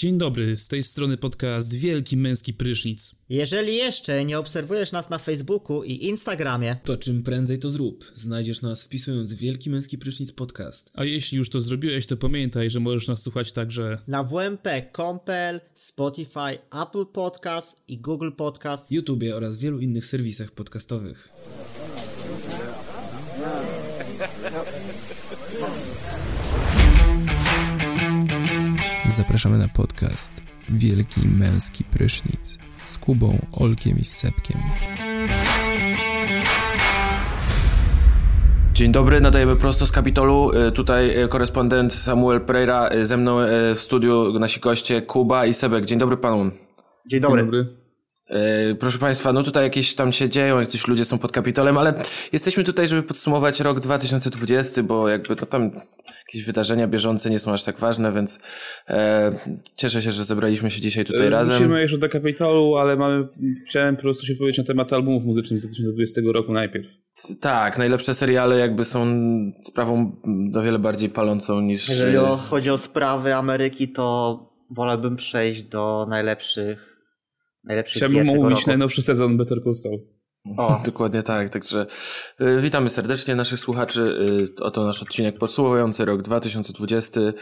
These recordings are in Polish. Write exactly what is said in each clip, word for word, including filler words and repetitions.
Dzień dobry, z tej strony podcast Wielki Męski Prysznic. Jeżeli jeszcze nie obserwujesz nas na Facebooku i Instagramie, to czym prędzej to zrób. Znajdziesz nas wpisując Wielki Męski Prysznic Podcast. A jeśli już to zrobiłeś, to pamiętaj, że możesz nas słuchać także na w m p kropka com kropka p l, Spotify, Apple Podcast i Google Podcast, YouTube oraz wielu innych serwisach podcastowych. Zapraszamy na podcast Wielki Męski Prysznic z Kubą, Olkiem i Sepkiem. Dzień dobry, nadajemy prosto z Kapitolu. Tutaj korespondent Samuel Pereira, ze mną w studiu nasi goście Kuba i Sebek. Dzień dobry panu. Dzień dobry. Dzień dobry. Proszę państwa, no tutaj jakieś tam się dzieją, jakieś ludzie są pod Kapitolem, ale jesteśmy tutaj, żeby podsumować rok dwa tysiące dwudziesty, bo jakby to tam jakieś wydarzenia bieżące nie są aż tak ważne, więc e, cieszę się, że zebraliśmy się dzisiaj tutaj e, razem. Musimy jeszcze do Kapitolu, ale mamy, chciałem po prostu się powiedzieć na temat albumów muzycznych z dwa tysiące dwudziestego roku najpierw. Tak, najlepsze seriale jakby są sprawą o wiele bardziej palącą niż... Jeżeli o, chodzi o sprawy Ameryki, to wolałbym przejść do najlepszych Chciałbym omówić najnowszy sezon Better Call Saul. O, dokładnie tak, także y, witamy serdecznie naszych słuchaczy. Y, oto nasz odcinek podsumowujący rok dwa tysiące dwudziesty. Y,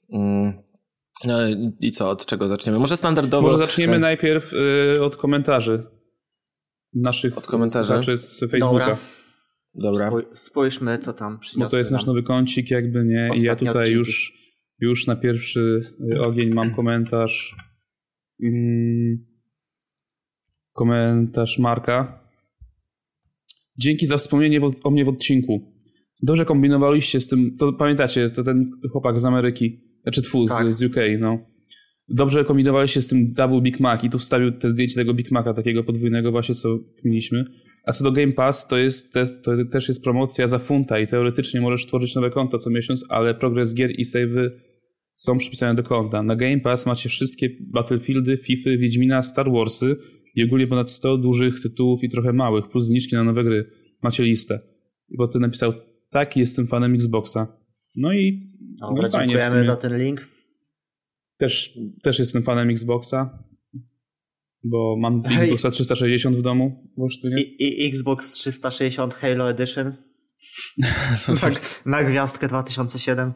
no i co, od czego zaczniemy? Może standardowo... Może zaczniemy ten... najpierw y, od komentarzy naszych od komentarzy? słuchaczy z Facebooka. Dobra. Spój- spójrzmy, co tam przyniosły. Bo to jest nasz nowy kącik, jakby nie. I ja tutaj już, już na pierwszy ogień mam komentarz... Mm, Komentarz Marka. Dzięki za wspomnienie o mnie w odcinku. Dobrze kombinowaliście z tym, to pamiętacie, to ten chłopak z Ameryki, znaczy twój tak. z, z U K, no. Dobrze kombinowaliście z tym Double Big Mac i tu wstawił te zdjęcie tego Big Maca, takiego podwójnego właśnie, co mieliśmy. A co do Game Pass, to jest te, to też jest promocja za funta i teoretycznie możesz tworzyć nowe konto co miesiąc, ale progres gier i save'y są przypisane do konta. Na Game Pass macie wszystkie Battlefieldy, Fify, Wiedźmina, Star Warsy i ogólnie ponad sto dużych tytułów i trochę małych, plus zniżki na nowe gry. Macie listę. I bo ty napisał, tak, jestem fanem Xboxa. No i, Dobra, no i fajnie. Dziękujemy za ten link. Też, też jestem fanem Xboxa, bo mam Xboxa trzysta sześćdziesiąt w domu. I, i Xbox trzysta sześćdziesiąt Halo Edition. Tak, na gwiazdkę dwa tysiące siedem.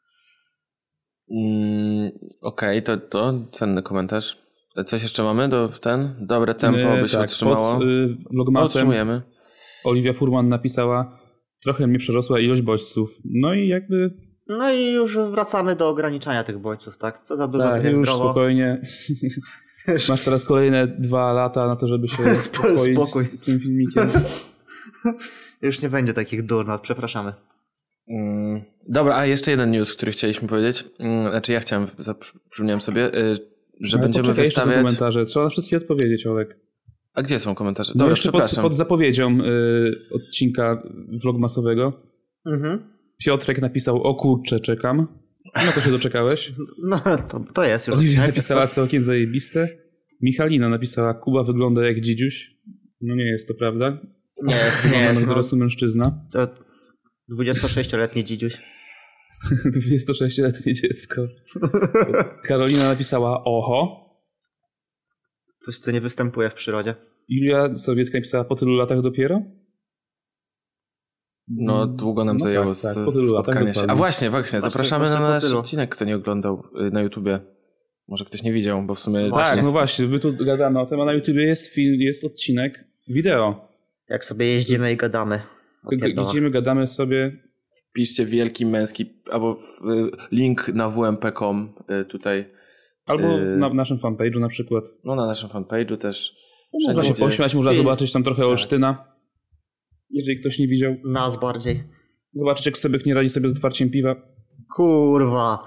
Mm, Okej, okay, to, to cenny komentarz. Coś jeszcze mamy do ten? Dobre tempo, by się tak, utrzymało? Pod y, vlogmasem utrzymujemy. Olivia Furman napisała, trochę mnie przerosła ilość bodźców. No i jakby... No i już wracamy do ograniczania tych bodźców, tak? Co za dużo, tak, tak już zdrowo. Spokojnie. Masz teraz kolejne dwa lata na to, żeby się uspokoić z, z tym filmikiem. Już nie będzie takich durnot, przepraszamy. Mm, dobra, a jeszcze jeden news, który chcieliśmy powiedzieć. Mm, znaczy ja chciałem, przypomniałem sobie, y, że ale będziemy wystawiać... komentarze. Trzeba na wszystkie odpowiedzieć, Olek. A gdzie są komentarze? Dobra, no jeszcze przepraszam. Pod, pod zapowiedzią y, odcinka vlogmasowego mhm. Piotrek napisał, o kurczę, czekam. No to się doczekałeś. No to, to jest już. Oliwia napisała całkiem zajebiste. Michalina napisała, Kuba wygląda jak dzidziuś. No nie jest to prawda. Nie jest, nie jest. Dorosły no. mężczyzna. To dwudziestosześcioletni dzidziuś. dwudziestosześcioletnie dziecko. Karolina napisała oho. Coś, co nie występuje w przyrodzie. Julia Sowiecka napisała po tylu latach dopiero? No długo nam no zajęło tak, tak, spotkanie się. A właśnie, właśnie, zapraszamy właśnie na nasz odcinek, kto nie oglądał na YouTubie. Może ktoś nie widział, bo w sumie... Właśnie. Tak, no właśnie, my tu gadamy o tym, a na YouTubie jest film, jest odcinek wideo. Jak sobie jeździmy i gadamy. Jeździmy, gadamy sobie... Wpiszcie Wielki Męski, albo link na w m p kropka com tutaj. Albo yy, na naszym fanpage'u na przykład. No na naszym fanpage'u też. No, można się pośmiać, można zobaczyć tam trochę tak. Olsztyna. Jeżeli ktoś nie widział. Nas bardziej. Zobaczyć, jak Sebek nie radzi sobie z otwarciem piwa. Kurwa.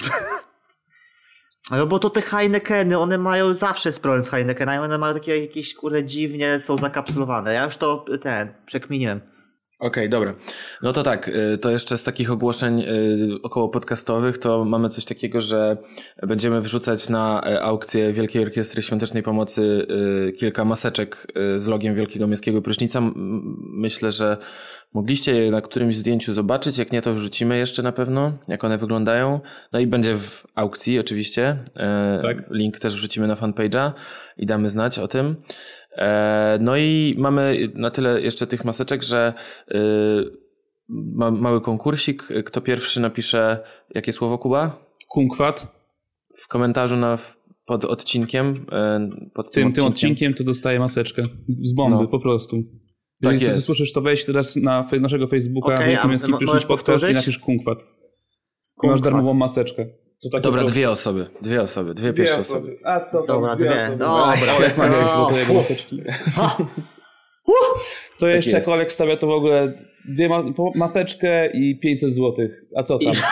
Ale bo to te Heinekeny, one mają zawsze problem z Heinekenami, one mają takie jakieś, kurde, dziwnie są zakapsulowane. Ja już to ten, przekminiłem. Okej, okay, dobra. No to tak, to jeszcze z takich ogłoszeń około podcastowych to mamy coś takiego, że będziemy wrzucać na aukcję Wielkiej Orkiestry Świątecznej Pomocy kilka maseczek z logiem Wielkiego Miejskiego Prysznica. Myślę, że mogliście je na którymś zdjęciu zobaczyć, jak nie to wrzucimy jeszcze na pewno, jak one wyglądają. No i będzie w aukcji oczywiście. Tak. Link też wrzucimy na fanpage'a i damy znać o tym. No i mamy na tyle jeszcze tych maseczek, że ma mały konkursik. Kto pierwszy napisze jakie słowo, Kuba? Kumkwat. W komentarzu na, pod odcinkiem. Pod tym, tym, tym odcinkiem to dostaje maseczkę. Z bomby, no. Po prostu. Tak Jeżeli ty słyszysz, to wejdź teraz na naszego Facebooka, okay, Wielki Prysznic Podcast i napisz Kumkwat. I masz darmową maseczkę. Dobra, dwie osoby. Dwie osoby. Dwie, dwie pierwsze osoby. osoby. A co tam? Dobra, dwie. dwie osoby. Dobra. Olek ma dwie złote maseczki. To tak jeszcze jest. Jak Olek stawia to w ogóle dwie ma maseczkę i pięćset złotych. A co tam? I...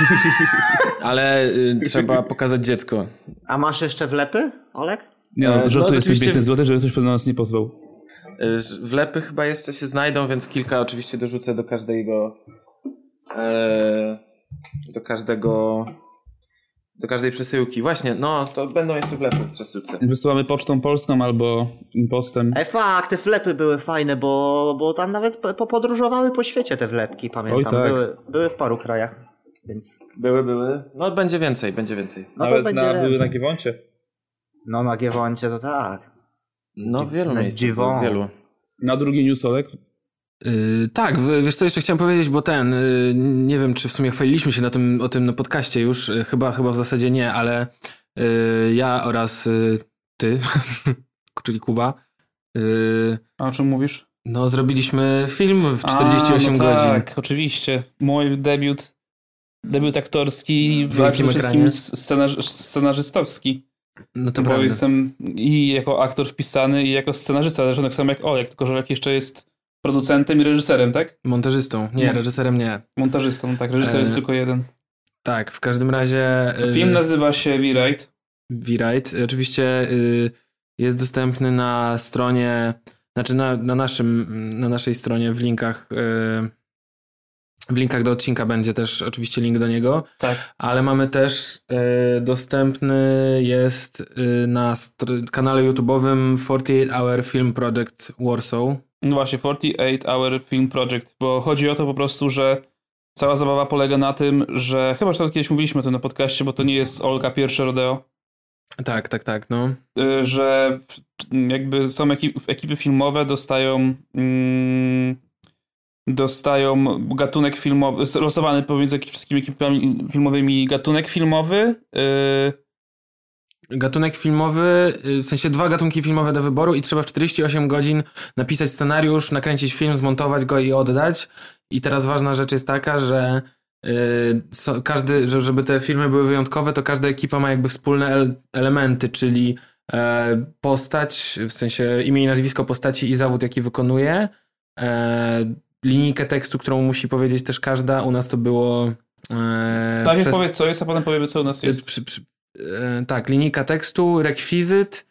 Ale y, trzeba pokazać dziecko. A masz jeszcze wlepy, Olek? Nie no, żartuję, no, to jest pięćset złotych, żeby ktoś pewno nas nie pozwał. Wlepy chyba jeszcze się znajdą, więc kilka oczywiście dorzucę do każdego e, do każdego do każdej przesyłki. Właśnie, no to będą jeszcze wlepy w przesyłce. Wysyłamy pocztą polską albo postem. Ej, fakt, te wlepy były fajne, bo, bo tam nawet popodróżowały po świecie te wlepki, pamiętam. Oj, tak. były, były w paru krajach, więc... Były, były. No będzie więcej, będzie więcej. No nawet to będzie na, więcej. były na Giewoncie. No na Giewoncie to tak. No w wielu na miejscach. Wielu. Na drugi news, Olek? Yy, tak, wiesz co, jeszcze chciałem powiedzieć, bo ten, yy, nie wiem, czy w sumie chwaliliśmy się na tym, o tym na podcaście już, yy, chyba, chyba w zasadzie nie, ale yy, ja oraz yy, ty, czyli Kuba. Yy, A o czym mówisz? No, zrobiliśmy film w czterdzieści osiem A, no godzin. Tak, oczywiście. Mój debiut, debiut aktorski, a przede wszystkim scenarzy scenarzystowski. No to bo prawda. Jestem i jako aktor wpisany, i jako scenarzysta, zresztą tak samo jak Olek, tylko że Olek jeszcze jest producentem i reżyserem, tak? Montażystą. Nie, nie. reżyserem nie. Montażystą, tak. Reżyser e... jest tylko jeden. Tak, w każdym razie... Film nazywa się V-Ride. V-Ride. Oczywiście y, jest dostępny na stronie, znaczy na, na, naszym, na naszej stronie w linkach... Y, w linkach do odcinka będzie też oczywiście link do niego. Tak. Ale mamy też y, dostępny jest y, na kanale YouTube'owym forty-eight hour Film Project Warsaw. No właśnie, forty-eight hour Film Project, bo chodzi o to po prostu, że cała zabawa polega na tym, że chyba już nawet kiedyś mówiliśmy o tym na podcaście, bo to nie jest Olka pierwsze rodeo. Tak, tak, tak, no. Y, że jakby są ekip, ekipy filmowe, dostają... Mm, dostają gatunek filmowy, losowany pomiędzy wszystkimi ekipami filmowymi gatunek filmowy. Yy... Gatunek filmowy, w sensie dwa gatunki filmowe do wyboru i trzeba w czterdzieści osiem godzin napisać scenariusz, nakręcić film, zmontować go i oddać. I teraz ważna rzecz jest taka, że yy, so, każdy, że, żeby te filmy były wyjątkowe, to każda ekipa ma jakby wspólne el- elementy, czyli e, postać, w sensie imię i nazwisko postaci i zawód, jaki wykonuje. E, linijkę tekstu, którą musi powiedzieć też każda. U nas to było... E, tak, przez... powiedz co jest, a potem powiemy co u nas jest. Przy, przy, e, tak, linijka tekstu, rekwizyt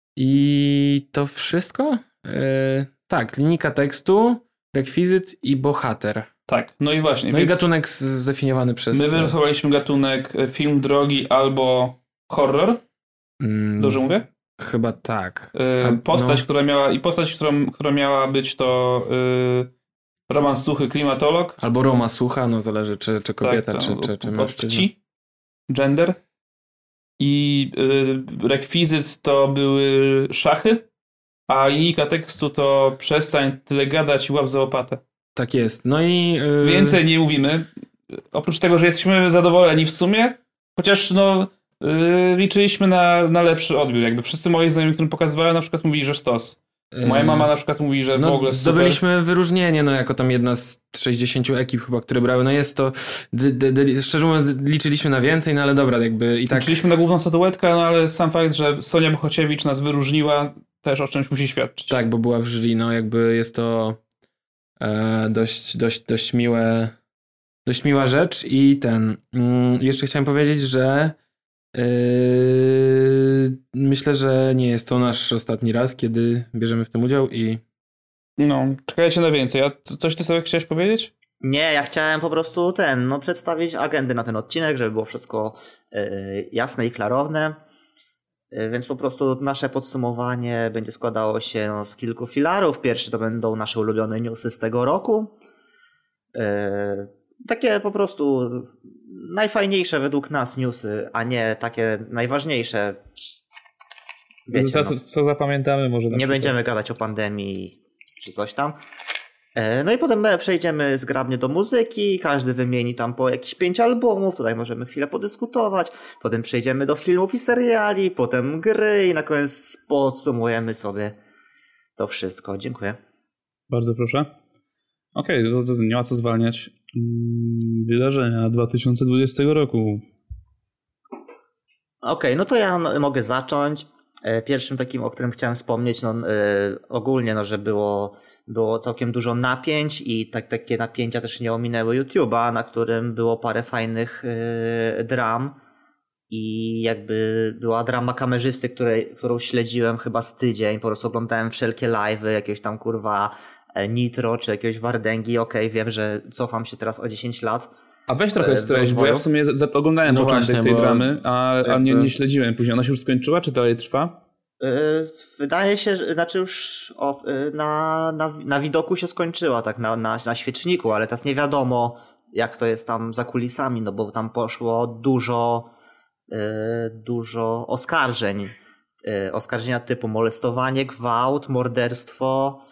i to wszystko? E, tak, linijka tekstu, rekwizyt i bohater. Tak, no i właśnie. No i gatunek zdefiniowany przez... My wylosowaliśmy gatunek film drogi albo horror. Mm, Dobrze mówię? Chyba tak. E, postać, no. która miała... I postać, którą, która miała być to... E, Roman Suchy, klimatolog. Albo Roma Sucha, no zależy czy, czy kobieta, tak, czy, czy, czy mężczyzna. Płci, gender. I y, rekwizyt to były szachy, a linijka tekstu to przestań tyle gadać i łap za łopatę. Tak jest. No i... Yy... Więcej nie mówimy. Oprócz tego, że jesteśmy zadowoleni w sumie, chociaż no yy, liczyliśmy na, na lepszy odbiór. Jakby wszyscy moi znajomi, którym pokazywałem, na przykład mówili, że sztos. Moja mama na przykład mówi, że no, w ogóle super. Zdobyliśmy wyróżnienie, no jako tam jedna z sześćdziesięciu ekip chyba, które brały. No jest to, d- d- d- szczerze mówiąc liczyliśmy na więcej, no ale dobra, jakby i tak. Liczyliśmy na główną statuetkę, no ale sam fakt, że Sonia Bochociewicz nas wyróżniła, też o czymś musi świadczyć. Tak, bo była w jury, no jakby jest to e, dość, dość, dość miłe, dość miła rzecz i ten, mm, jeszcze chciałem powiedzieć, że Yy, myślę, że nie jest to nasz ostatni raz, kiedy bierzemy w tym udział i No, czekajcie na więcej. A coś ty sobie chciałeś powiedzieć? Nie, ja chciałem po prostu ten, no przedstawić agendę na ten odcinek, żeby było wszystko y, jasne i klarowne. Y, więc po prostu nasze podsumowanie będzie składało się no, z kilku filarów. Pierwszy to będą nasze ulubione newsy z tego roku. Y, takie po prostu najfajniejsze według nas newsy, a nie takie najważniejsze. Wiecie, co, no, co zapamiętamy może. nie będziemy gadać o pandemii czy coś tam. No i potem przejdziemy zgrabnie do muzyki, każdy wymieni tam po jakieś pięć albumów, tutaj możemy chwilę podyskutować, potem przejdziemy do filmów i seriali, potem gry i na koniec podsumujemy sobie to wszystko. Dziękuję. Bardzo proszę. Okej, okay, to, to nie ma co zwalniać. Wydarzenia dwa tysiące dwudziestego roku. Okej, okay, no to ja mogę zacząć. Pierwszym takim, o którym chciałem wspomnieć, no ogólnie, no, że było Było całkiem dużo napięć i tak, takie napięcia też nie ominęły YouTube'a, na którym było parę fajnych yy, dram i jakby była drama kamerzysty, której, którą śledziłem chyba z tydzień, po prostu oglądałem wszelkie live'y, jakieś tam kurwa Nitro czy jakiegoś Wardęgi, okej, okay, wiem, że cofam się teraz o dziesięć lat. A weź trochę streść, bo ja w sumie oglądałem no początek właśnie, tej bo... dramy, a, a nie, nie śledziłem później. Ona się już skończyła, czy dalej trwa? Wydaje się, że znaczy już o, na, na, na widoku się skończyła, tak na, na, na świeczniku, ale teraz nie wiadomo jak to jest tam za kulisami, no bo tam poszło dużo dużo oskarżeń. Oskarżenia typu molestowanie, gwałt, morderstwo,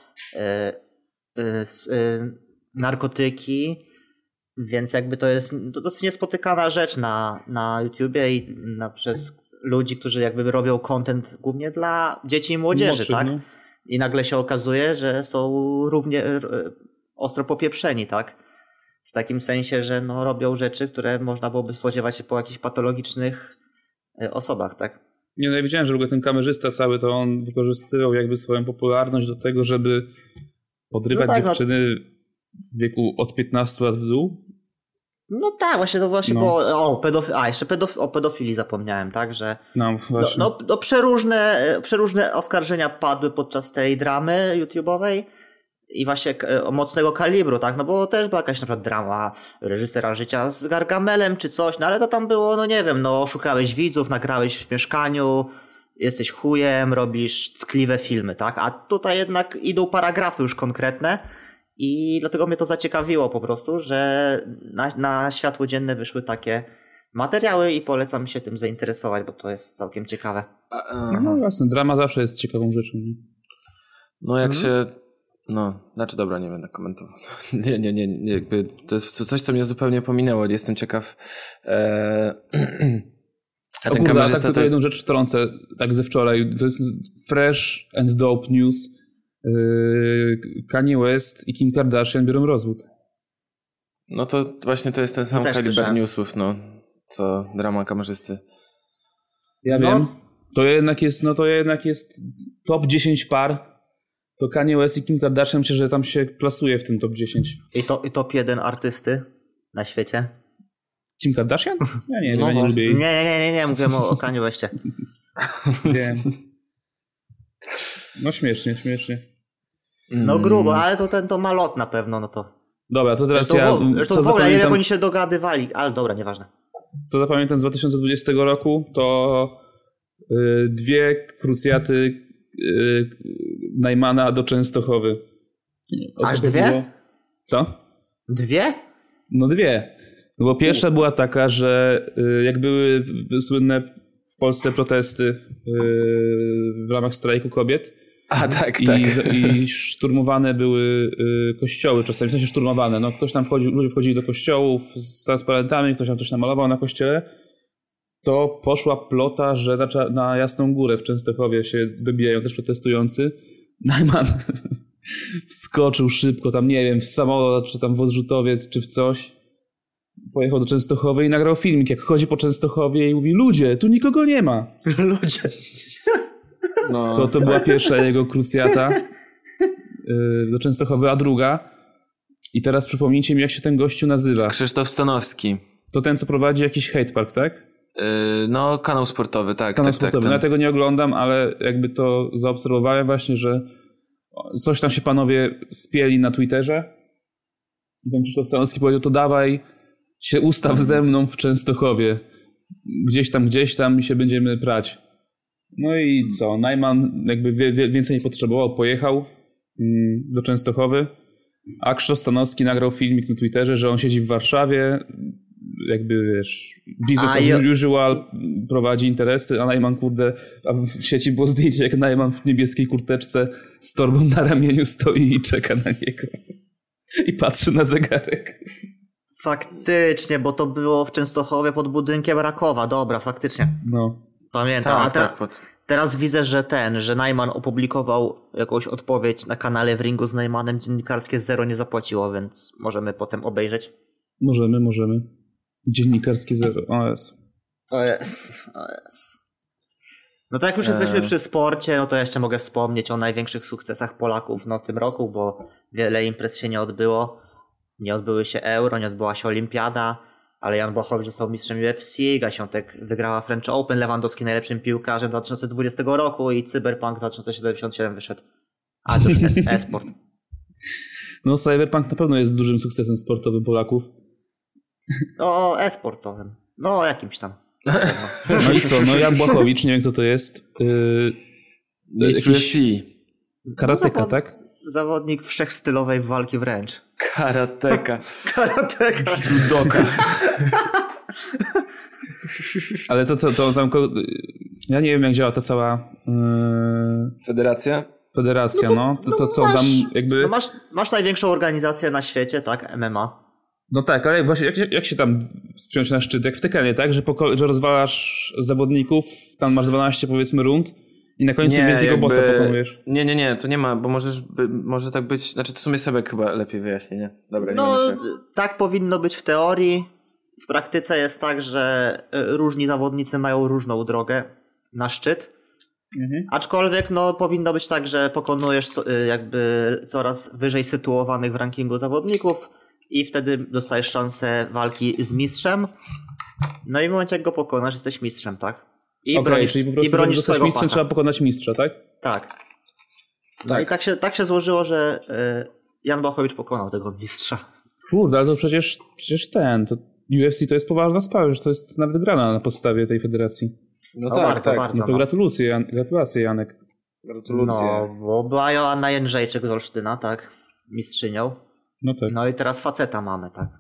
narkotyki, więc jakby to jest to dosyć niespotykana rzecz na, na YouTubie i na, przez ludzi, którzy jakby robią content głównie dla dzieci i młodzieży, Młodszy, tak? No. I nagle się okazuje, że są równie ostro popieprzeni, tak? W takim sensie, że no robią rzeczy, które można byłoby spodziewać się po jakichś patologicznych osobach, tak? Nie, no ja widziałem, że w ogóle ten kamerzysta cały to on wykorzystywał jakby swoją popularność do tego, żeby podrywać no tak, dziewczyny no... w wieku od piętnastu lat w dół. No tak, właśnie to właśnie no. było, o, pedofi- a jeszcze pedof- o pedofilii zapomniałem, tak, że no, właśnie. No, no, no przeróżne, przeróżne oskarżenia padły podczas tej dramy YouTube'owej i właśnie o mocnego kalibru, tak, no bo też była jakaś na przykład drama reżysera życia z Gargamelem czy coś, no ale to tam było, no nie wiem, no oszukałeś widzów, nagrałeś w mieszkaniu, jesteś chujem, robisz ckliwe filmy, tak, a tutaj jednak idą paragrafy już konkretne. I dlatego mnie to zaciekawiło po prostu, że na, na światło dzienne wyszły takie materiały i polecam się tym zainteresować, bo to jest całkiem ciekawe. No jasne, drama zawsze jest ciekawą rzeczą. Nie? No jak mhm. się... No, znaczy dobra, nie będę komentował. nie, nie, nie, nie, jakby to jest coś, co mnie zupełnie pominęło. Jestem ciekaw... Eee... A ten kamerzysta tak, to tylko jest... jedną rzecz wtrącę, tak ze wczoraj. To jest fresh and dope news. Kanye West i Kim Kardashian biorą rozwód. No to właśnie to jest ten sam kaliber słyszałem. newsów, no, co drama kamerzysty. Ja no. wiem. To jednak jest, no to jednak jest top dziesięć par. To Kanye West i Kim Kardashian, myślę, że tam się plasuje w tym top dziesięć. I to i top jeden artysty na świecie? Kim Kardashian? Ja nie, no, nie lubię jej. Nie, nie, nie, nie, mówiłem o, o Kanye Westie. Wiem. No śmiesznie, śmiesznie. No grubo, ale to ten to ma lot na pewno, no to... Dobra, to teraz zresztą ja... Zresztą w ogóle, ja nie wiem jak oni się dogadywali, ale dobra, nieważne. Co zapamiętam z dwa tysiące dwudziestego roku, to y, dwie krucjaty y, Najmana do Częstochowy. O Aż dwie? Było? Co? Dwie? No dwie. No bo pierwsza U. była taka, że y, jak były słynne w Polsce protesty y, w ramach strajku kobiet, A, tak, I, tak. I szturmowane były y, kościoły czasami, w sensie szturmowane. No, ktoś tam wchodził, ludzie wchodzili do kościołów z transparentami, ktoś tam coś namalował na kościele. To poszła plota, że na, na Jasną Górę w Częstochowie się dobijają też protestujący. Najman wskoczył szybko tam, nie wiem, w samolot, czy tam w odrzutowiec, czy w coś. Pojechał do Częstochowy i nagrał filmik, jak chodzi po Częstochowie i mówi: ludzie, tu nikogo nie ma. Ludzie. No. To, to była pierwsza jego krucjata yy, do Częstochowy, a druga. I teraz przypomnijcie mi, jak się ten gościu nazywa. Krzysztof Stanowski. To ten, co prowadzi jakiś hate park, tak? Yy, no, kanał sportowy, tak. Kanał tak, sportowy. tak No, ja tego nie oglądam, ale jakby to zaobserwowałem właśnie, że coś tam się panowie spieli na Twitterze i pan Krzysztof Stanowski powiedział, to dawaj się ustaw ze mną w Częstochowie. Gdzieś tam, gdzieś tam i się będziemy prać. No i co? Najman jakby wie, wie, więcej nie potrzebował, pojechał mm, do Częstochowy, a Krzysztof Stanowski nagrał filmik na Twitterze, że on siedzi w Warszawie, jakby wiesz, business as ja... usual, prowadzi interesy, a Najman, kurde, a w sieci było zdjęcie, jak Najman w niebieskiej kurteczce z torbą na ramieniu stoi i czeka na niego. I patrzy na zegarek. Faktycznie, bo to było w Częstochowie pod budynkiem Rakowa, dobra, faktycznie. No. Pamiętam, tak, a te, tak, pod... teraz widzę, że ten, że Najman opublikował jakąś odpowiedź na kanale W Ringu z Najmanem, dziennikarskie Zero nie zapłaciło, więc możemy potem obejrzeć. Możemy, możemy. Dziennikarskie Zero, o jest. O jest, o jest. No to jak już eee. jesteśmy przy sporcie, no to jeszcze mogę wspomnieć o największych sukcesach Polaków no, w tym roku, bo wiele imprez się nie odbyło. Nie odbyły się Euro, nie odbyła się Olimpiada, ale Jan Błachowicz został mistrzem U F C, Gasiątek wygrała French Open, Lewandowski najlepszym piłkarzem dwa tysiące dwudziestego roku i Cyberpunk dwa tysiące siedemdziesiąt siedem wyszedł. A to już jest e-sport. No Cyberpunk na pewno jest dużym sukcesem sportowym Polaków. O, e-sportowym. No, jakimś tam. No i co, no Jan Błachowicz, nie wiem kto to jest. Yy, Mistrz U F C. Karateka, no, tak? Zawodnik wszechstylowej walki wręcz. Karateka. Karateka. Judoka. Ale to co, to tam... Ja nie wiem jak działa ta cała... Yy... Federacja? Federacja, no. no. To, to co, masz, tam jakby... No masz, masz największą organizację na świecie, tak? M M A. No tak, ale właśnie jak, jak się tam wspiąć na szczyt? Jak w Tekenie, tak? Że, poko- że rozwalasz zawodników, tam masz dwanaście powiedzmy rund i na końcu wielkiego jakby... bossa pokonujesz. Nie, nie, nie, to nie ma, bo możesz, by, może tak być, znaczy to w sumie Sebek chyba lepiej wyjaśni, nie? Dobra, nie No, myślę. tak powinno być w teorii. W praktyce jest tak, że różni zawodnicy mają różną drogę na szczyt. Mhm. Aczkolwiek no, powinno być tak, że pokonujesz jakby coraz wyżej sytuowanych w rankingu zawodników i wtedy dostajesz szansę walki z mistrzem. No i w momencie jak go pokonasz, jesteś mistrzem, tak? I okay, bronisz, czyli po prostu, i bronisz swojego mistrzem, pasa. trzeba pokonać mistrza, tak? Tak. No tak. i tak się, tak się złożyło, że y, Jan Błachowicz pokonał tego mistrza. Kurde, ale to przecież, przecież ten, to U F C to jest poważna sprawa, że to jest nawet grana na podstawie tej federacji. No, no tak, bardzo, tak. bardzo. No to gratulacje, Jan, gratulacje Janek. Gratulacje. No, bo była Joanna Jędrzejczyk z Olsztyna, tak? Mistrzynią. No tak. No i teraz faceta mamy, tak?